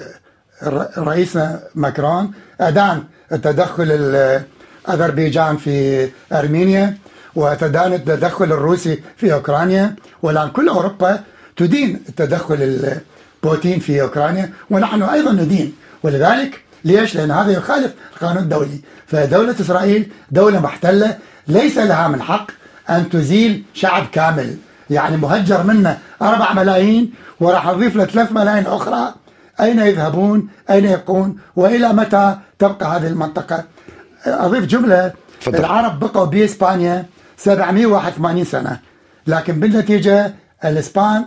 رئيسنا ماكرون أدان التدخل الأذربيجان في أرمينيا وتدان التدخل الروسي في أوكرانيا، والآن كل أوروبا تدين التدخل البوتين في أوكرانيا ونحن أيضا ندين. ولذلك ليش؟ لأن هذا يخالف القانون الدولي. فدولة إسرائيل دولة محتلة ليس لها من حق أن تزيل شعب كامل، يعني مهجر منه أربع ملايين وراح نضيف له ثلاث ملايين أخرى. أين يذهبون؟ أين يبقون؟ وإلى متى تبقى هذه المنطقة؟ أضيف جملة فضل. العرب بقوا بإسبانيا سبعمائة وواحد وثمانين سنة، لكن بالنتيجة الإسبان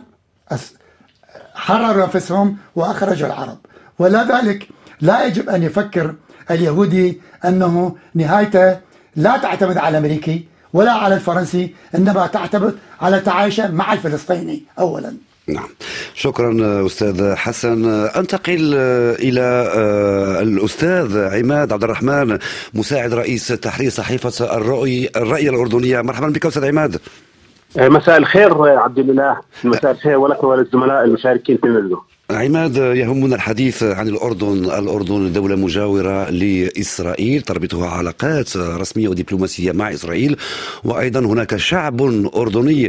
حرروا أنفسهم وأخرجوا العرب. ولا ذلك لا يجب أن يفكر اليهودي أنه نهايته لا تعتمد على الأمريكي ولا على الفرنسي، إنما تعتمد على تعايشه مع الفلسطيني أولا. نعم، شكرا أستاذ حسن. أنتقل إلى الأستاذ عماد عبد الرحمن مساعد رئيس تحرير صحيفة الرؤي الرأي الأردنية. مرحبا بك أستاذ عماد. مساء الخير عبد الله. مساء الخير ولكم وللزملاء المشاركين في المجلس. عماد، يهمنا الحديث عن الأردن. الأردن دولة مجاورة لإسرائيل تربطها علاقات رسمية ودبلوماسية مع إسرائيل، وأيضا هناك شعب أردني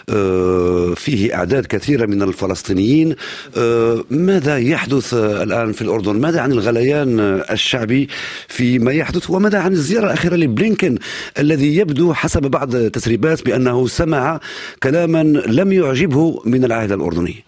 فيه أعداد كثيرة من الفلسطينيين. ماذا يحدث الآن في الأردن؟ ماذا عن الغليان الشعبي فيما يحدث؟ وماذا عن الزيارة الأخيرة لبلينكن الذي يبدو حسب بعض التسريبات بأنه سمع كلاما لم يعجبه من العائلة الأردنية؟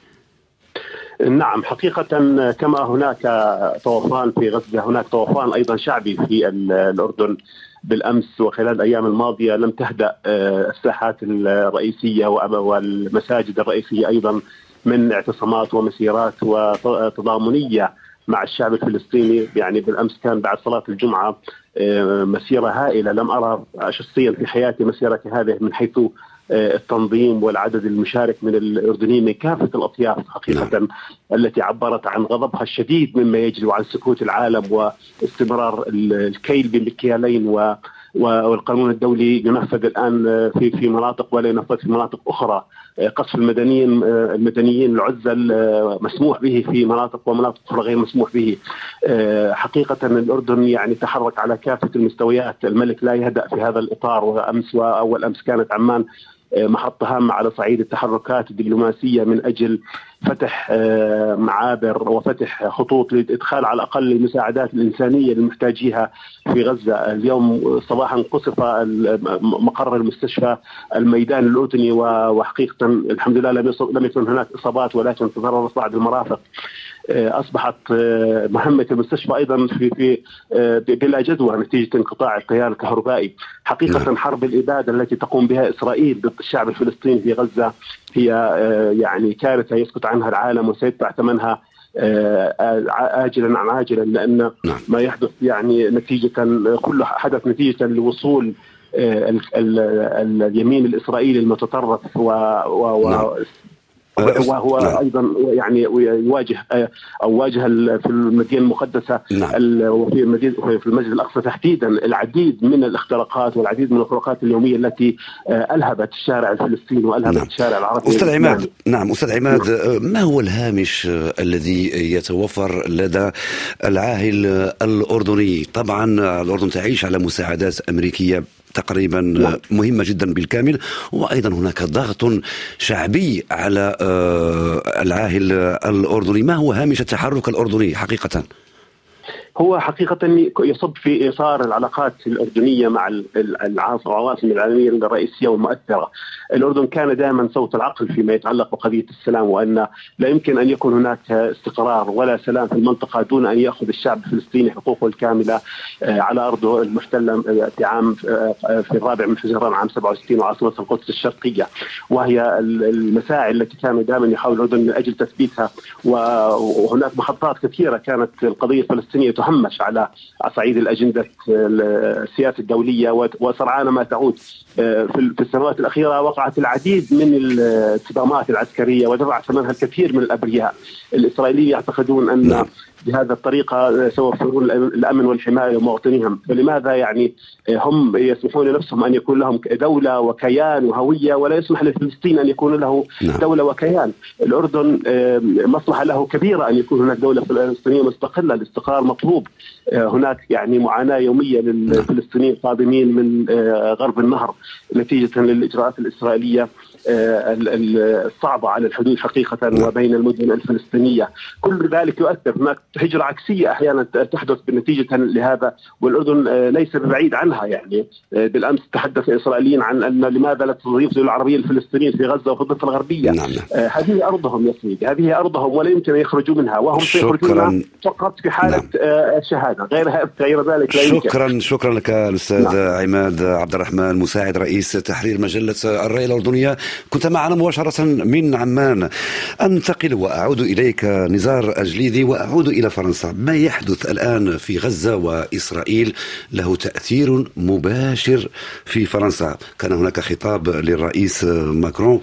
نعم، حقيقة كما هناك طوفان في غزة هناك طوفان أيضا شعبي في الأردن بالأمس وخلال الأيام الماضية. لم تهدأ الساحات الرئيسية والمساجد الرئيسية أيضا من اعتصامات ومسيرات وتضامنية مع الشعب الفلسطيني. يعني بالأمس كان بعد صلاة الجمعة مسيرة هائلة، لم أرى شخصيا في حياتي مسيرة هذه من حيث التنظيم والعدد المشارك من الأردنيين من كافة الأطياف حقيقة نعم. التي عبرت عن غضبها الشديد مما يجري وعن سكوت العالم واستمرار الكيل بالمكيالين والقانون الدولي ينفذ الآن في في مناطق ولا ينفذ في مناطق أخرى. قصف المدنيين المدنيين العزل مسموح به في مناطق ومناطق أخرى غير مسموح به. حقيقة الأردن يعني تحرك على كافة المستويات. الملك لا يهدأ في هذا الإطار، وأمس وأول أمس كانت عمان محطة هامة على صعيد التحركات الدبلوماسية من أجل فتح معابر وفتح خطوط لإدخال على الأقل المساعدات الإنسانية للمحتاجيها في غزة. اليوم صباحا قصف مقر المستشفى الميدان الأردني، وحقيقة الحمد لله لم يكن هناك إصابات ولكن تضررت بعض المرافق. أصبحت مهمة المستشفى أيضا في في بلا جدوى نتيجة انقطاع التيار الكهربائي. حقيقة حرب الإبادة التي تقوم بها إسرائيل ضد الشعب الفلسطيني في غزة هي يعني كارثة يسكت عنها العالم وسيدفع ثمنها آجلا عن عاجلا، لأن ما يحدث يعني نتيجة كل حدث نتيجة لوصول اليمين الإسرائيلي المتطرف و, و وهو نعم. أيضا يعني يواجه أو واجه في المدينة المقدسة نعم. وفي المدينة في المسجد الأقصى تحديدا العديد من الاختراقات والعديد من الخروقات اليومية التي ألهبت الشارع الفلسطيني وألهبت نعم. الشارع العربي. أستاذ عماد نعم أستاذ عماد ما هو الهامش الذي يتوفر لدى العاهل الأردني؟ طبعا الأردن تعيش على مساعدات أمريكية تقريبا نعم. مهمة جدا بالكامل، وأيضا هناك ضغط شعبي على العاهل الأردني. ما هو هامش التحرك الأردني حقيقة؟ هو حقيقة يصب في إطار العلاقات الأردنية مع العواصم العالمية الرئيسية والمؤثرة. الأردن كان دائما صوت العقل فيما يتعلق بقضية السلام، وأن لا يمكن أن يكون هناك استقرار ولا سلام في المنطقة دون أن يأخذ الشعب الفلسطيني حقوقه الكاملة على أرضه المحتلة في عام في الرابع من حزيران عام سبعة وستين وعاصمة القدس الشرقية، وهي المساعي التي كان دائما يحاول الأردن من أجل تثبيتها. وهناك محطات كثيرة كانت القضية الفلسطينية تهمش على صعيد الأجندة السياسة الدولية، وسرعان ما تعود في السنوات الأخيرة وقعت العديد من الصدامات العسكرية ودفع ثمنها الكثير من الأبرياء. الإسرائيليين يعتقدون أن بهذه الطريقة سيوفرون الأمن والحماية لمواطنيهم، فلماذا يعني هم يسمحون لنفسهم أن يكون لهم دولة وكيان وهوية ولا يسمح لفلسطين أن يكون له دولة وكيان؟ الأردن مصلحة له كبيرة أن يكون هناك دولة فلسطينية مستقلة. الاستقرار مطلوب. هناك يعني معاناة يومية للفلسطينيين القادمين من غرب النهر نتيجة للإجراءات الإسرائيلية الصعبة على الحدود حقيقة وبين المدن الفلسطينية. كل ذلك يؤثر. هناك هجرة عكسية أحيانا تحدث بنتيجة لهذا، والأردن ليس بعيد عنها. يعني بالأمس تحدث الإسرائيليين عن أن لماذا لا تضيف الدول العربية الفلسطينيين في غزة وفي الضفة الغربية. نعم. هذه أرضهم يا سيدي، هذه أرضهم ولا يمكن أن يخرجوا منها، وهم سيخرجون فقط في حالة نعم. شهادة. غير غير ذلك لا يمكن. شكرا شكرا لك الأستاذ نعم. عماد عبد الرحمن مساعد رئيس تحرير مجلة الرأي الأردنية، كنت معنا مباشرة من عمان. أنتقل وأعود إليك نزار أجليدي وأعود إلى فرنسا. ما يحدث الآن في غزة وإسرائيل له تأثير مباشر في فرنسا. كان هناك خطاب للرئيس ماكرون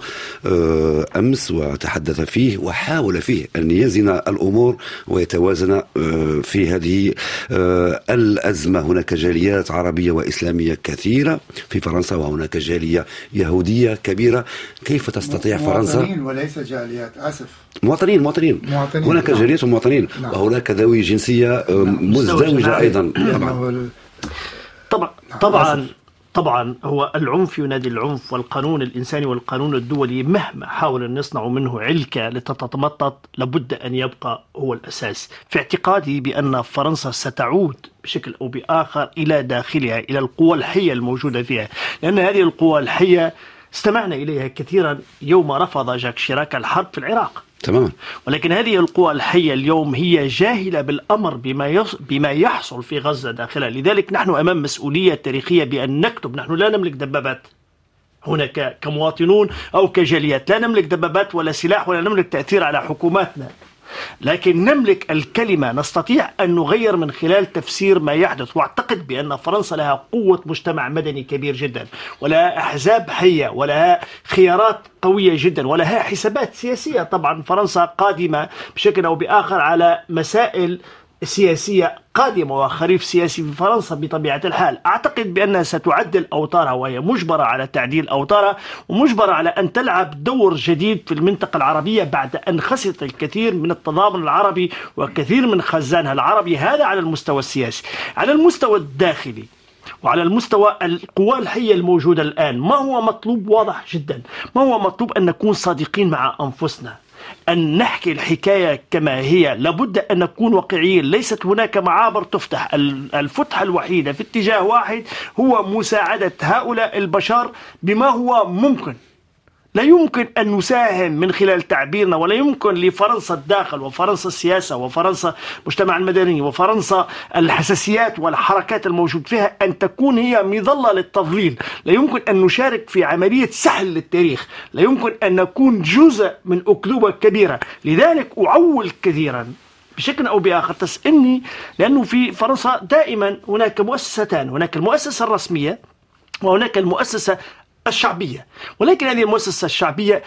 أمس وتحدث فيه وحاول فيه أن يزن الأمور ويتوازن في هذه الأزمة. هناك جاليات عربية وإسلامية كثيرة في فرنسا، وهناك جالية يهودية كبيرة. كيف تستطيع فرنسا؟ مواطنين وليس جاليات، آسف مواطنين مواطنين, مواطنين. هناك نعم. جاليات ومواطنين نعم. وهناك ذوي جنسية نعم. مزدوجة أيضا. طبعا طبعا طبعا, طبعا هو العنف ينادي العنف، والقانون الإنساني والقانون الدولي مهما حاول أن يصنعوا منه علكة لتتمطط لابد أن يبقى هو الأساس. في اعتقادي بأن فرنسا ستعود بشكل أو بآخر إلى داخلها، إلى القوى الحية الموجودة فيها، لأن هذه القوى الحية استمعنا إليها كثيرا يوم رفض جاك شيراك الحرب في العراق تماما. ولكن هذه القوى الحية اليوم هي جاهلة بالأمر بما بما يحصل في غزة داخلها. لذلك نحن أمام مسؤولية تاريخية بأن نكتب. نحن لا نملك دبابات هنا كمواطنون أو كجاليات، لا نملك دبابات ولا سلاح ولا نملك تأثير على حكوماتنا، لكن نملك الكلمة. نستطيع أن نغير من خلال تفسير ما يحدث. واعتقد بأن فرنسا لها قوة مجتمع مدني كبير جدا، ولها أحزاب حية، ولها خيارات قوية جدا، ولها حسابات سياسية. طبعا فرنسا قادمة بشكل أو بآخر على مسائل سياسية قادمة وخريف سياسي في فرنسا بطبيعة الحال. أعتقد بأنها ستعدل أوتارها، وهي مجبرة على تعديل أوتارها ومجبرة على أن تلعب دور جديد في المنطقة العربية بعد أن خسرت الكثير من التضامن العربي وكثير من خزانها العربي. هذا على المستوى السياسي. على المستوى الداخلي وعلى المستوى القوى الحية الموجودة الآن، ما هو مطلوب واضح جدا. ما هو مطلوب أن نكون صادقين مع أنفسنا، أن نحكي الحكاية كما هي. لابد أن نكون واقعيين. ليست هناك معابر تفتح. الفتحة الوحيدة في اتجاه واحد هو مساعدة هؤلاء البشر بما هو ممكن. لا يمكن أن نساهم من خلال تعبيرنا، ولا يمكن لفرنسا الداخل وفرنسا السياسة وفرنسا المجتمع المدني وفرنسا الحساسيات والحركات الموجود فيها أن تكون هي مظلة للتضليل. لا يمكن أن نشارك في عملية سحل للتاريخ. لا يمكن أن نكون جزء من أكذوبة كبيرة. لذلك أعول كثيرا بشكل أو بآخر. تسألني لأنه في فرنسا دائما هناك مؤسستان، هناك المؤسسة الرسمية وهناك المؤسسة الشعبية، ولكن هذه المؤسسة الشعبية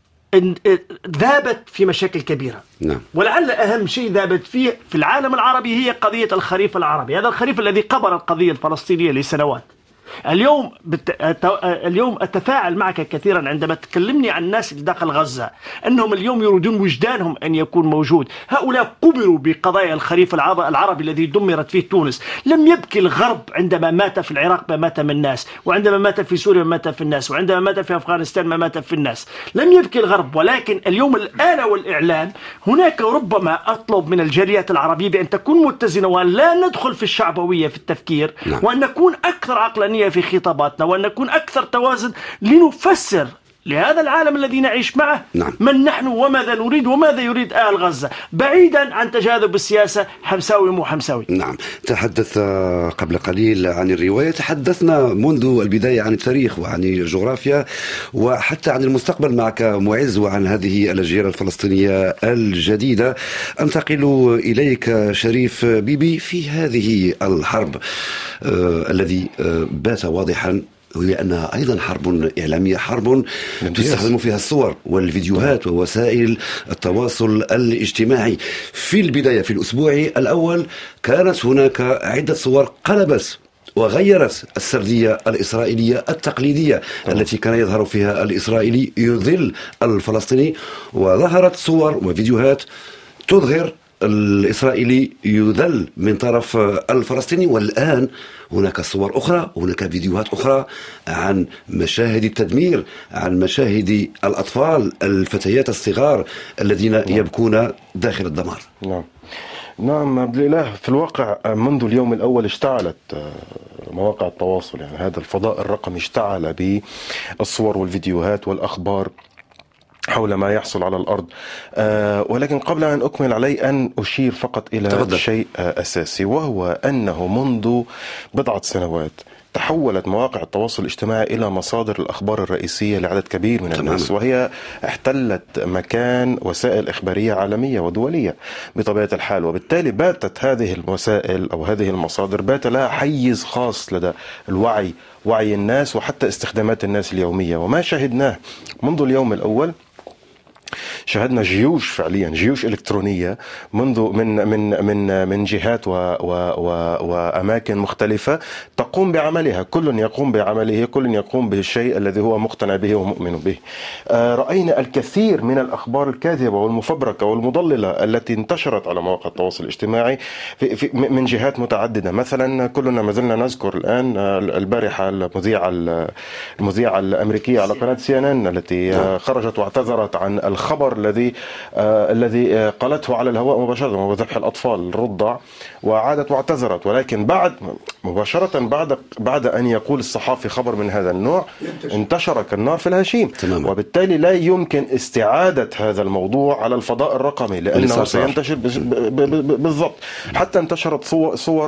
ذابت في مشاكل كبيرة. نعم. ولعل أهم شيء ذابت فيه في العالم العربي هي قضية الخريف العربي. هذا الخريف الذي قبر القضية الفلسطينية لسنوات. اليوم بت... اليوم أتفاعل معك كثيرا عندما تكلمني عن الناس اللي داخل غزة أنهم اليوم يريدون وجدانهم أن يكون موجود. هؤلاء قبروا بقضايا الخريف العربي الذي دمرت فيه تونس. لم يبكي الغرب عندما مات في العراق ما مات من الناس، وعندما مات في سوريا ما مات في الناس، وعندما مات في أفغانستان ما مات في الناس. لم يبكي الغرب. ولكن اليوم الآن والإعلام هناك ربما أطلب من الجاليات العربية بأن تكون متزنة وأن لا ندخل في الشعبوية في التفكير. نعم. وأن نكون أكثر عقلانية في خطاباتنا، وأن نكون أكثر توازن لنفسر لهذا العالم الذي نعيش معه. نعم. من نحن وماذا نريد وماذا يريد أهل غزة، بعيدا عن تجاذب السياسة حمساوي مو حمساوي. نعم. تحدث قبل قليل عن الرواية، تحدثنا منذ البداية عن التاريخ وعن الجغرافيا وحتى عن المستقبل معك معز، وعن هذه الأجيال الفلسطينية الجديدة. أنتقل إليك شريف بيبي في هذه الحرب آه الذي آه بات واضحا وهي أنها أيضا حرب إعلامية، حرب تستخدم فيها الصور والفيديوهات ووسائل التواصل الاجتماعي. في البداية في الأسبوع الأول كانت هناك عدة صور قلبت وغيرت السردية الإسرائيلية التقليدية التي كان يظهر فيها الإسرائيلي يذل الفلسطيني، وظهرت صور وفيديوهات تظهر الإسرائيلي يذل من طرف الفلسطيني. والآن هناك صور أخرى، هناك فيديوهات أخرى عن مشاهد التدمير، عن مشاهد الأطفال الفتيات الصغار الذين يبكون داخل الدمار. نعم نعم بالله. في الواقع منذ اليوم الأول اشتعلت مواقع التواصل، يعني هذا الفضاء الرقمي اشتعل بالصور والفيديوهات والأخبار حول ما يحصل على الأرض. أه ولكن قبل أن أكمل علي أن أشير فقط إلى تفضل. شيء أساسي، وهو أنه منذ بضعة سنوات تحولت مواقع التواصل الاجتماعي إلى مصادر الأخبار الرئيسية لعدد كبير من الناس، وهي احتلت مكان وسائل إخبارية عالمية ودولية بطبيعة الحال. وبالتالي باتت هذه الوسائل أو هذه المصادر بات لها حيز خاص لدى الوعي، وعي الناس وحتى استخدامات الناس اليومية. وما شاهدناه منذ اليوم الأول، شاهدنا جيوش فعليا، جيوش إلكترونية منذ من من من من جهات و و و وأماكن مختلفة تقوم بعملها. كل يقوم بعمله، كل يقوم بالشيء الذي هو مقتنع به ومؤمن به. رأينا الكثير من الأخبار الكاذبة والمفبركة والمضللة التي انتشرت على مواقع التواصل الاجتماعي في في من جهات متعددة. مثلا كلنا ما زلنا نذكر الآن البارحة المذيعة المذيعة الأمريكية على قناة سي إن إن التي خرجت واعتذرت عن الخبر الذي آه الذي آه قالته على الهواء مباشرة، وهو ذبح الأطفال الرضع، وعادت واعتذرت. ولكن بعد مباشرة بعد بعد أن يقول الصحافي خبر من هذا النوع انتشر كالنار في الهشيم. تمام. وبالتالي لا يمكن استعادة هذا الموضوع على الفضاء الرقمي لأنه سينتشر بالضبط. حتى انتشرت صور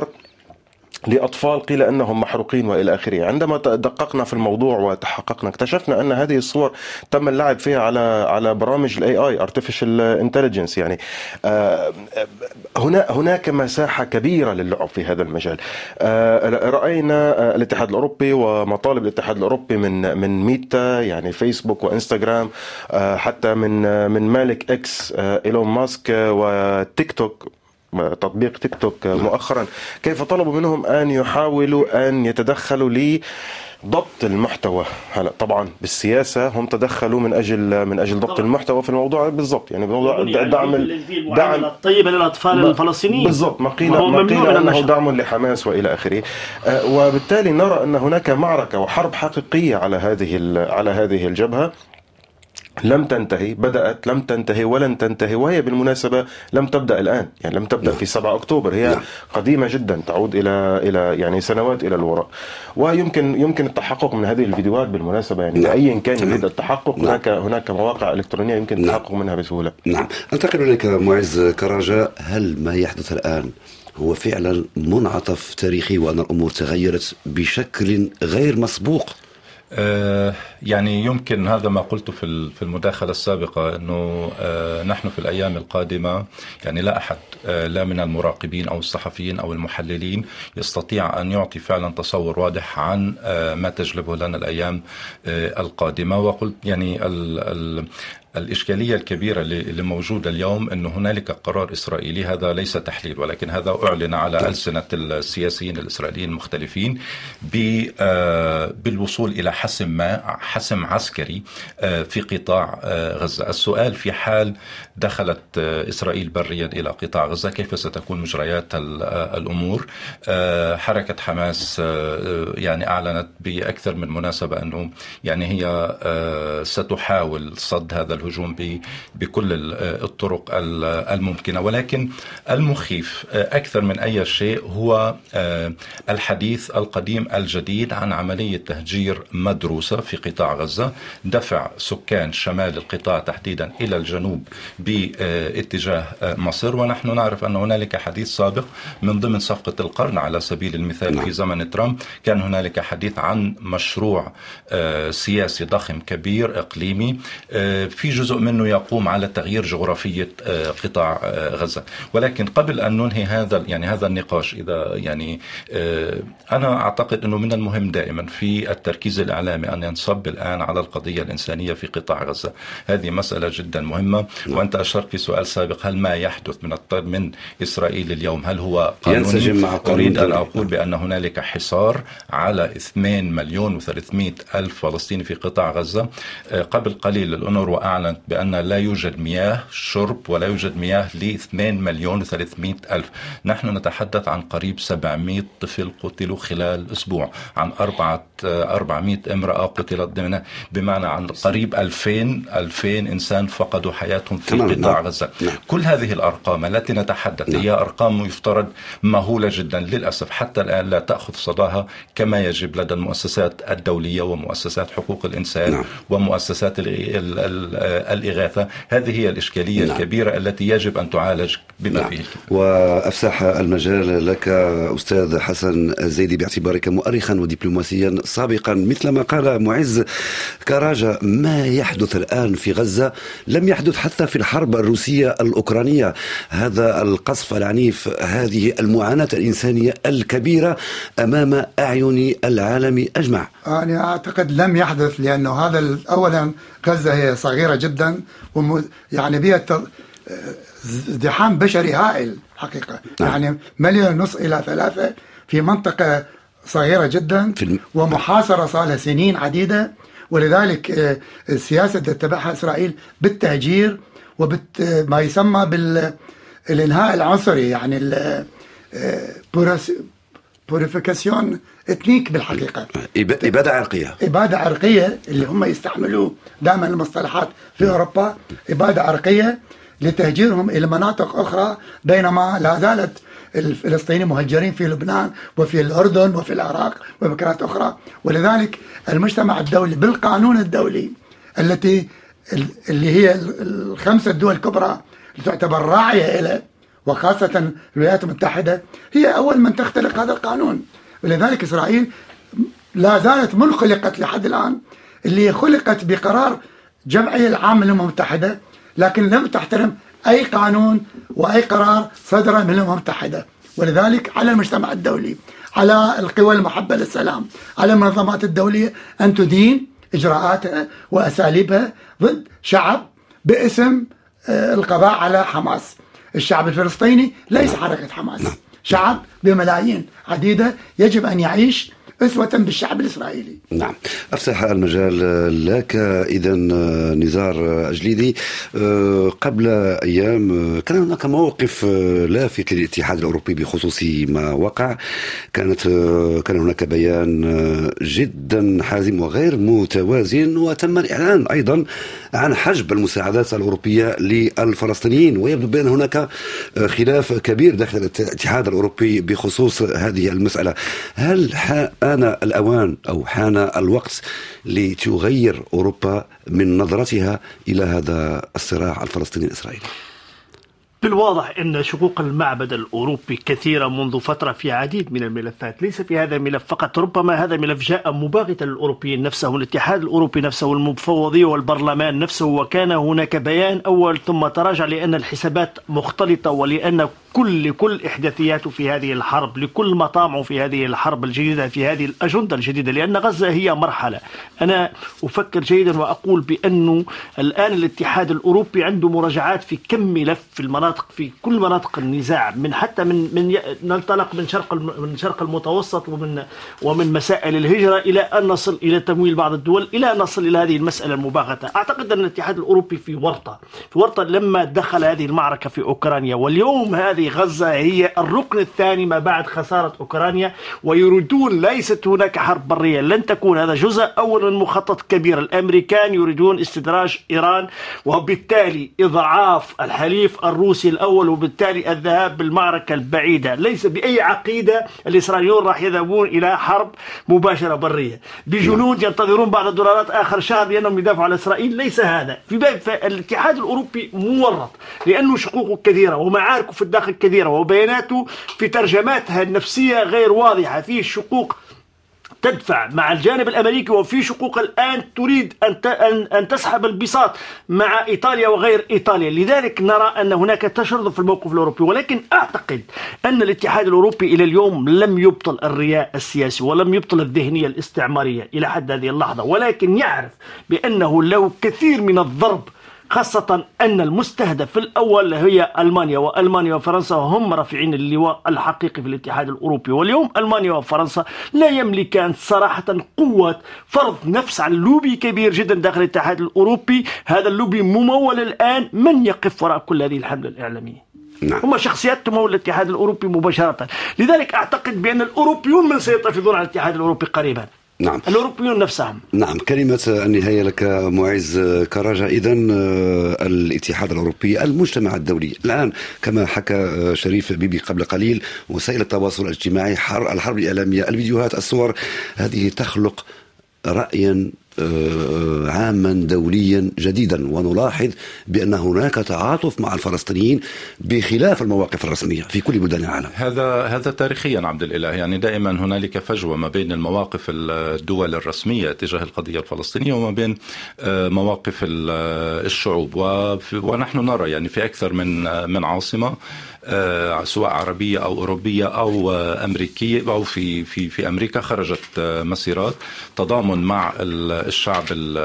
لأطفال قيل أنهم محروقين وإلى آخره. عندما دققنا في الموضوع وتحققنا اكتشفنا أن هذه الصور تم اللعب فيها على على برامج ال إيه آي Artificial Intelligence. يعني هنا هناك مساحة كبيرة للعب في هذا المجال. رأينا الاتحاد الأوروبي ومطالب الاتحاد الأوروبي من من ميتا، يعني فيسبوك وإنستغرام، حتى من من مالك إكس إيلون ماسك وتيك توك تطبيق تيك توك مؤخرا، كيف طلبوا منهم أن يحاولوا أن يتدخلوا لي ضبط المحتوى. هلا طبعا بالسياسه هم تدخلوا من اجل من اجل ضبط المحتوى في الموضوع بالضبط، يعني بموضوع يعني دعم دعم الطيبه للاطفال الفلسطينيين بالضبط، ما قيل ما قيل انه دعم لحماس والى اخره. آه وبالتالي نرى ان هناك معركه وحرب حقيقيه على هذه على هذه الجبهه لم تنتهي، بدأت لم تنتهي ولن تنتهي، وهي بالمناسبة لم تبدأ الآن، يعني لم تبدأ في سبعة أكتوبر، هي قديمة جدا تعود إلى إلى يعني سنوات إلى الوراء. ويمكن يمكن التحقق من هذه الفيديوهات بالمناسبة، يعني أيا كان يريد التحقق هناك هناك مواقع إلكترونية يمكن التحقق منها بسهولة. نعم. أنتقل إليك معز كراجة، هل ما يحدث الآن هو فعلا منعطف تاريخي وأن الأمور تغيرت بشكل غير مسبوق؟ آه يعني يمكن هذا ما قلت في في المداخلة السابقة، أنه آه نحن في الأيام القادمة يعني لا أحد آه لا من المراقبين أو الصحفيين أو المحللين يستطيع أن يعطي فعلا تصور واضح عن آه ما تجلبه لنا الأيام آه القادمة. وقلت يعني ال ال الإشكالية الكبيرة اللي موجودة اليوم أنه هنالك قرار إسرائيلي، هذا ليس تحليل ولكن هذا أعلن على ألسنة السياسيين الإسرائيليين المختلفين بالوصول إلى حسم ما حسم عسكري في قطاع غزة. السؤال في حال دخلت إسرائيل بريا إلى قطاع غزة كيف ستكون مجريات الأمور؟ حركة حماس يعني أعلنت بأكثر من مناسبة أنه يعني هي ستحاول صد هذا الهجوم بكل الطرق الممكنة، ولكن المخيف أكثر من أي شيء هو الحديث القديم الجديد عن عملية تهجير مدروسة في قطاع غزة، دفع سكان شمال القطاع تحديدا إلى الجنوب باتجاه مصر. ونحن نعرف أن هنالك حديث سابق من ضمن صفقة القرن على سبيل المثال في زمن ترامب، كان هنالك حديث عن مشروع سياسي ضخم كبير إقليمي في جزء منه يقوم على تغيير جغرافية قطاع غزة. ولكن قبل أن ننهي هذا يعني هذا النقاش، إذا يعني أنا أعتقد أنه من المهم دائما في التركيز الإعلامي أن ينصب الآن على القضية الإنسانية في قطاع غزة. هذه مسألة جدا مهمة. وأنت أشرت في سؤال سابق هل ما يحدث من من إسرائيل اليوم هل هو قانوني؟ أريد أن أقول بأن هنالك حصار على اثنين مليون وثلاثمائة ألف فلسطيني في قطاع غزة. قبل قليل الأونروا أعلنت بأن لا يوجد مياه شرب ولا يوجد مياه ل اثنين مليون وثلاثمائة ألف. نحن نتحدث عن قريب سبعمائة طفل قتلوا خلال أسبوع، عن أربعة أربعمائة امرأة قتلت ضمن، بمعنى عن قريب ألفين ألفين إنسان فقدوا حياتهم في قطاع غزة. كل هذه الأرقام التي نتحدث هي أرقام يفترض مهولة جدا، للأسف حتى الآن لا تأخذ صداها كما يجب لدى المؤسسات الدولية ومؤسسات حقوق الإنسان نعم. ومؤسسات الإغاثة. هذه هي الإشكالية نعم. الكبيرة التي يجب أن تعالج بما نعم. فيه. وأفسح المجال لك أستاذ حسن الزيدي باعتبارك مؤرخا ودبلوماسيا سابقا، مثل ما قال معز كراجة، ما يحدث الآن في غزة لم يحدث حتى في الحرب الروسية الأوكرانية. هذا القصف العنيف، هذه المعاناة الإنسانية الكبيرة أمام أعين العالم أجمع. أنا أعتقد لم يحدث، لأنه هذا أولا غزة هي صغيرة جدا وم... يعني بها ازدحام بشري هائل حقيقة نعم. يعني مليون ونص إلى ثلاثة في منطقة صغيرة جدا الم... ومحاصرة صار لها سنين عديدة. ولذلك السياسة اللي تتبعها إسرائيل بالتهجير وبت ما يسمى بالإنهاء العنصري، يعني بوريفيكاسيون اتنيك بالحقيقة، إبادة عرقية إبادة عرقية اللي هم يستعملوه دائما المصطلحات في أوروبا، إبادة عرقية لتهجيرهم إلى مناطق أخرى، بينما لا زالت الفلسطينيين مهجرين في لبنان وفي الأردن وفي العراق ومكانات أخرى. ولذلك المجتمع الدولي بالقانون الدولي التي اللي هي الخمسة الدول الكبرى اللي تعتبر راعية إلى، وخاصة الولايات المتحدة، هي أول من تخترق هذا القانون. ولذلك إسرائيل لا زالت منخلقت لحد الآن، اللي خلقت بقرار جمعية العامة للأمم المتحدة، لكن لم تحترم أي قانون وأي قرار صدر من الأمم المتحدة. ولذلك على المجتمع الدولي، على القوى المحبة للسلام، على المنظمات الدولية أن تدين إجراءاتها وأساليبها ضد شعب باسم القضاء على حماس. الشعب الفلسطيني ليس حركة حماس، شعب بملايين عديدة يجب أن يعيش أسوة بالشعب الإسرائيلي. نعم، أفتح المجال لك إذا نزار أجليدي. قبل أيام كان هناك موقف لافت للاتحاد الأوروبي بخصوص ما وقع، كانت كان هناك بيان جدا حازم وغير متوازن، وتم الإعلان أيضا عن حجب المساعدات الأوروبية للفلسطينيين، ويبدو بأن هناك خلاف كبير داخل الاتحاد الأوروبي بخصوص هذه المسألة. هل حان الأوان أو حان الوقت لتغير أوروبا من نظرتها إلى هذا الصراع الفلسطيني الإسرائيلي؟ بالواضح أن شقوق المعبد الأوروبي كثيرة منذ فترة في عديد من الملفات، ليس في هذا الملف فقط، ربما هذا ملف جاء مباغتا للأوروبيين نفسه، الاتحاد الأوروبي نفسه والمفوضية والبرلمان نفسه، وكان هناك بيان أول ثم تراجع لأن الحسابات مختلطة، ولأن كل كل إحداثياته في هذه الحرب، لكل مطامعه في هذه الحرب الجديدة، في هذه الأجندة الجديدة، لأن غزة هي مرحلة. أنا أفكر جيدا وأقول بأنه الآن الاتحاد الأوروبي عنده مراجعات في كم ملف في المناطق، في كل مناطق النزاع، من حتى من من ننطلق من شرق من شرق المتوسط ومن ومن مسائل الهجرة إلى أن نصل إلى تمويل بعض الدول، إلى أن نصل إلى هذه المسألة المباغتة. أعتقد أن الاتحاد الأوروبي في ورطة في ورطة لما دخل هذه المعركة في أوكرانيا، واليوم هذه غزة هي الركن الثاني ما بعد خسارة أوكرانيا، ويريدون، ليست هناك حرب برية، لن تكون، هذا جزء أول من مخطط كبير. الأمريكان يريدون استدراج إيران وبالتالي إضعاف الحليف الروسي الأول، وبالتالي الذهاب بالمعركة البعيدة. ليس بأي عقيدة الإسرائيليون راح يذهبون إلى حرب مباشرة برية بجنود ينتظرون بعض الدولارات آخر شهر لأنهم يدافعوا على إسرائيل، ليس هذا. في الاتحاد الأوروبي مورط لأنه شقوقه كثيرة ومعاركه في الداخل كثيرة، وبياناته في ترجماتها النفسية غير واضحة، في شقوق تدفع مع الجانب الأمريكي، وفي شقوق الآن تريد أن أن تسحب البساط مع إيطاليا وغير إيطاليا. لذلك نرى أن هناك تشرذم في الموقف الأوروبي، ولكن أعتقد أن الاتحاد الأوروبي إلى اليوم لم يبطل الرياء السياسي ولم يبطل الذهنية الاستعمارية إلى حد هذه اللحظة، ولكن يعرف بأنه له كثير من الضرب، خاصة أن المستهدف الأول هي ألمانيا، وألمانيا وفرنسا هم رافعين اللواء الحقيقي في الاتحاد الأوروبي. واليوم ألمانيا وفرنسا لا يملكان صراحة قوة فرض نفس على لوبي كبير جدا داخل الاتحاد الأوروبي. هذا اللوبي ممول الآن، من يقف وراء كل هذه الحملة الإعلامية؟ نعم. هم شخصيات تمول الاتحاد الأوروبي مباشرة. لذلك أعتقد بأن الأوروبيون من سيتفضون على الاتحاد الأوروبي قريبا. نعم. الأوروبيون نفسهم. نعم. كلمة النهاية لك معز كراجة. إذن الاتحاد الأوروبي، المجتمع الدولي الآن كما حكى شريف بيبي قبل قليل، وسائل التواصل الاجتماعي، الحرب الإعلامية، الفيديوهات، الصور، هذه تخلق رأيا عاما دوليا جديدا، ونلاحظ بأن هناك تعاطف مع الفلسطينيين بخلاف المواقف الرسمية في كل بلدان العالم. هذا هذا تاريخيا عبد الإله، يعني دائما هنالك فجوة ما بين المواقف الدول الرسمية تجاه القضية الفلسطينية وما بين مواقف الشعوب، ونحن نرى يعني في أكثر من من عاصمة سواء عربية أو أوروبية أو أمريكية أو في في في أمريكا خرجت مسيرات تضامن مع الشعب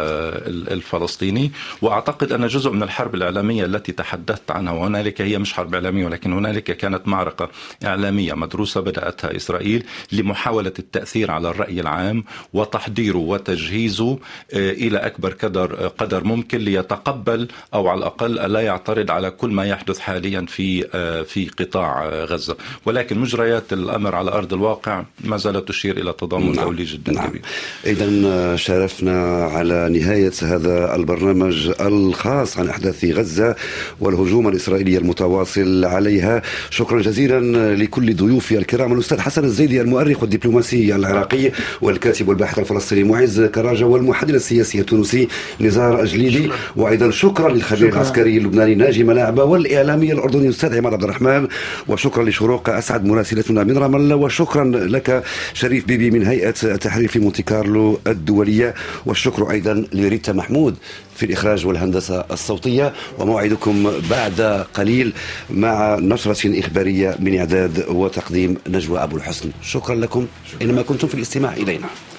الفلسطيني. وأعتقد أن جزء من الحرب الإعلامية التي تحدثت عنها، وهنالك هي مش حرب إعلامية ولكن هنالك كانت معركة إعلامية مدروسة بدأتها إسرائيل لمحاولة التأثير على الرأي العام وتحضيره وتجهيزه إلى أكبر قدر قدر ممكن ليتقبل أو على الأقل لا يعترض على كل ما يحدث حاليا في في قطاع غزة. ولكن مجريات الأمر على أرض الواقع ما زالت تشير إلى تضامن نعم. دولي جدا نعم. كبير. إذن شرفنا على نهاية هذا البرنامج الخاص عن أحداث غزة والهجوم الإسرائيلي المتواصل عليها. شكرا جزيلا لكل ضيوفي الكرام، الأستاذ حسن الزيدي المؤرخ والدبلوماسي العراقي والكاتب والباحث الفلسطيني معز كراجة، والمحلل السياسي التونسي نزار أجليدي، وأيضا شكرا للخبير العسكري اللبناني ناجي ملاعبة والإعلامي الأردني الأستاذ عماد عبد الرحمن، وشكرا لشروق أسعد مراسلتنا من رام الله، وشكرا لك شريف بيبي من هيئة التحرير في مونتي كارلو الدولية، والشكر أيضا لريتا محمود في الإخراج والهندسة الصوتية. وموعدكم بعد قليل مع نشرة إخبارية من إعداد وتقديم نجوى أبو الحسن. شكرا لكم إنما كنتم في الاستماع إلينا.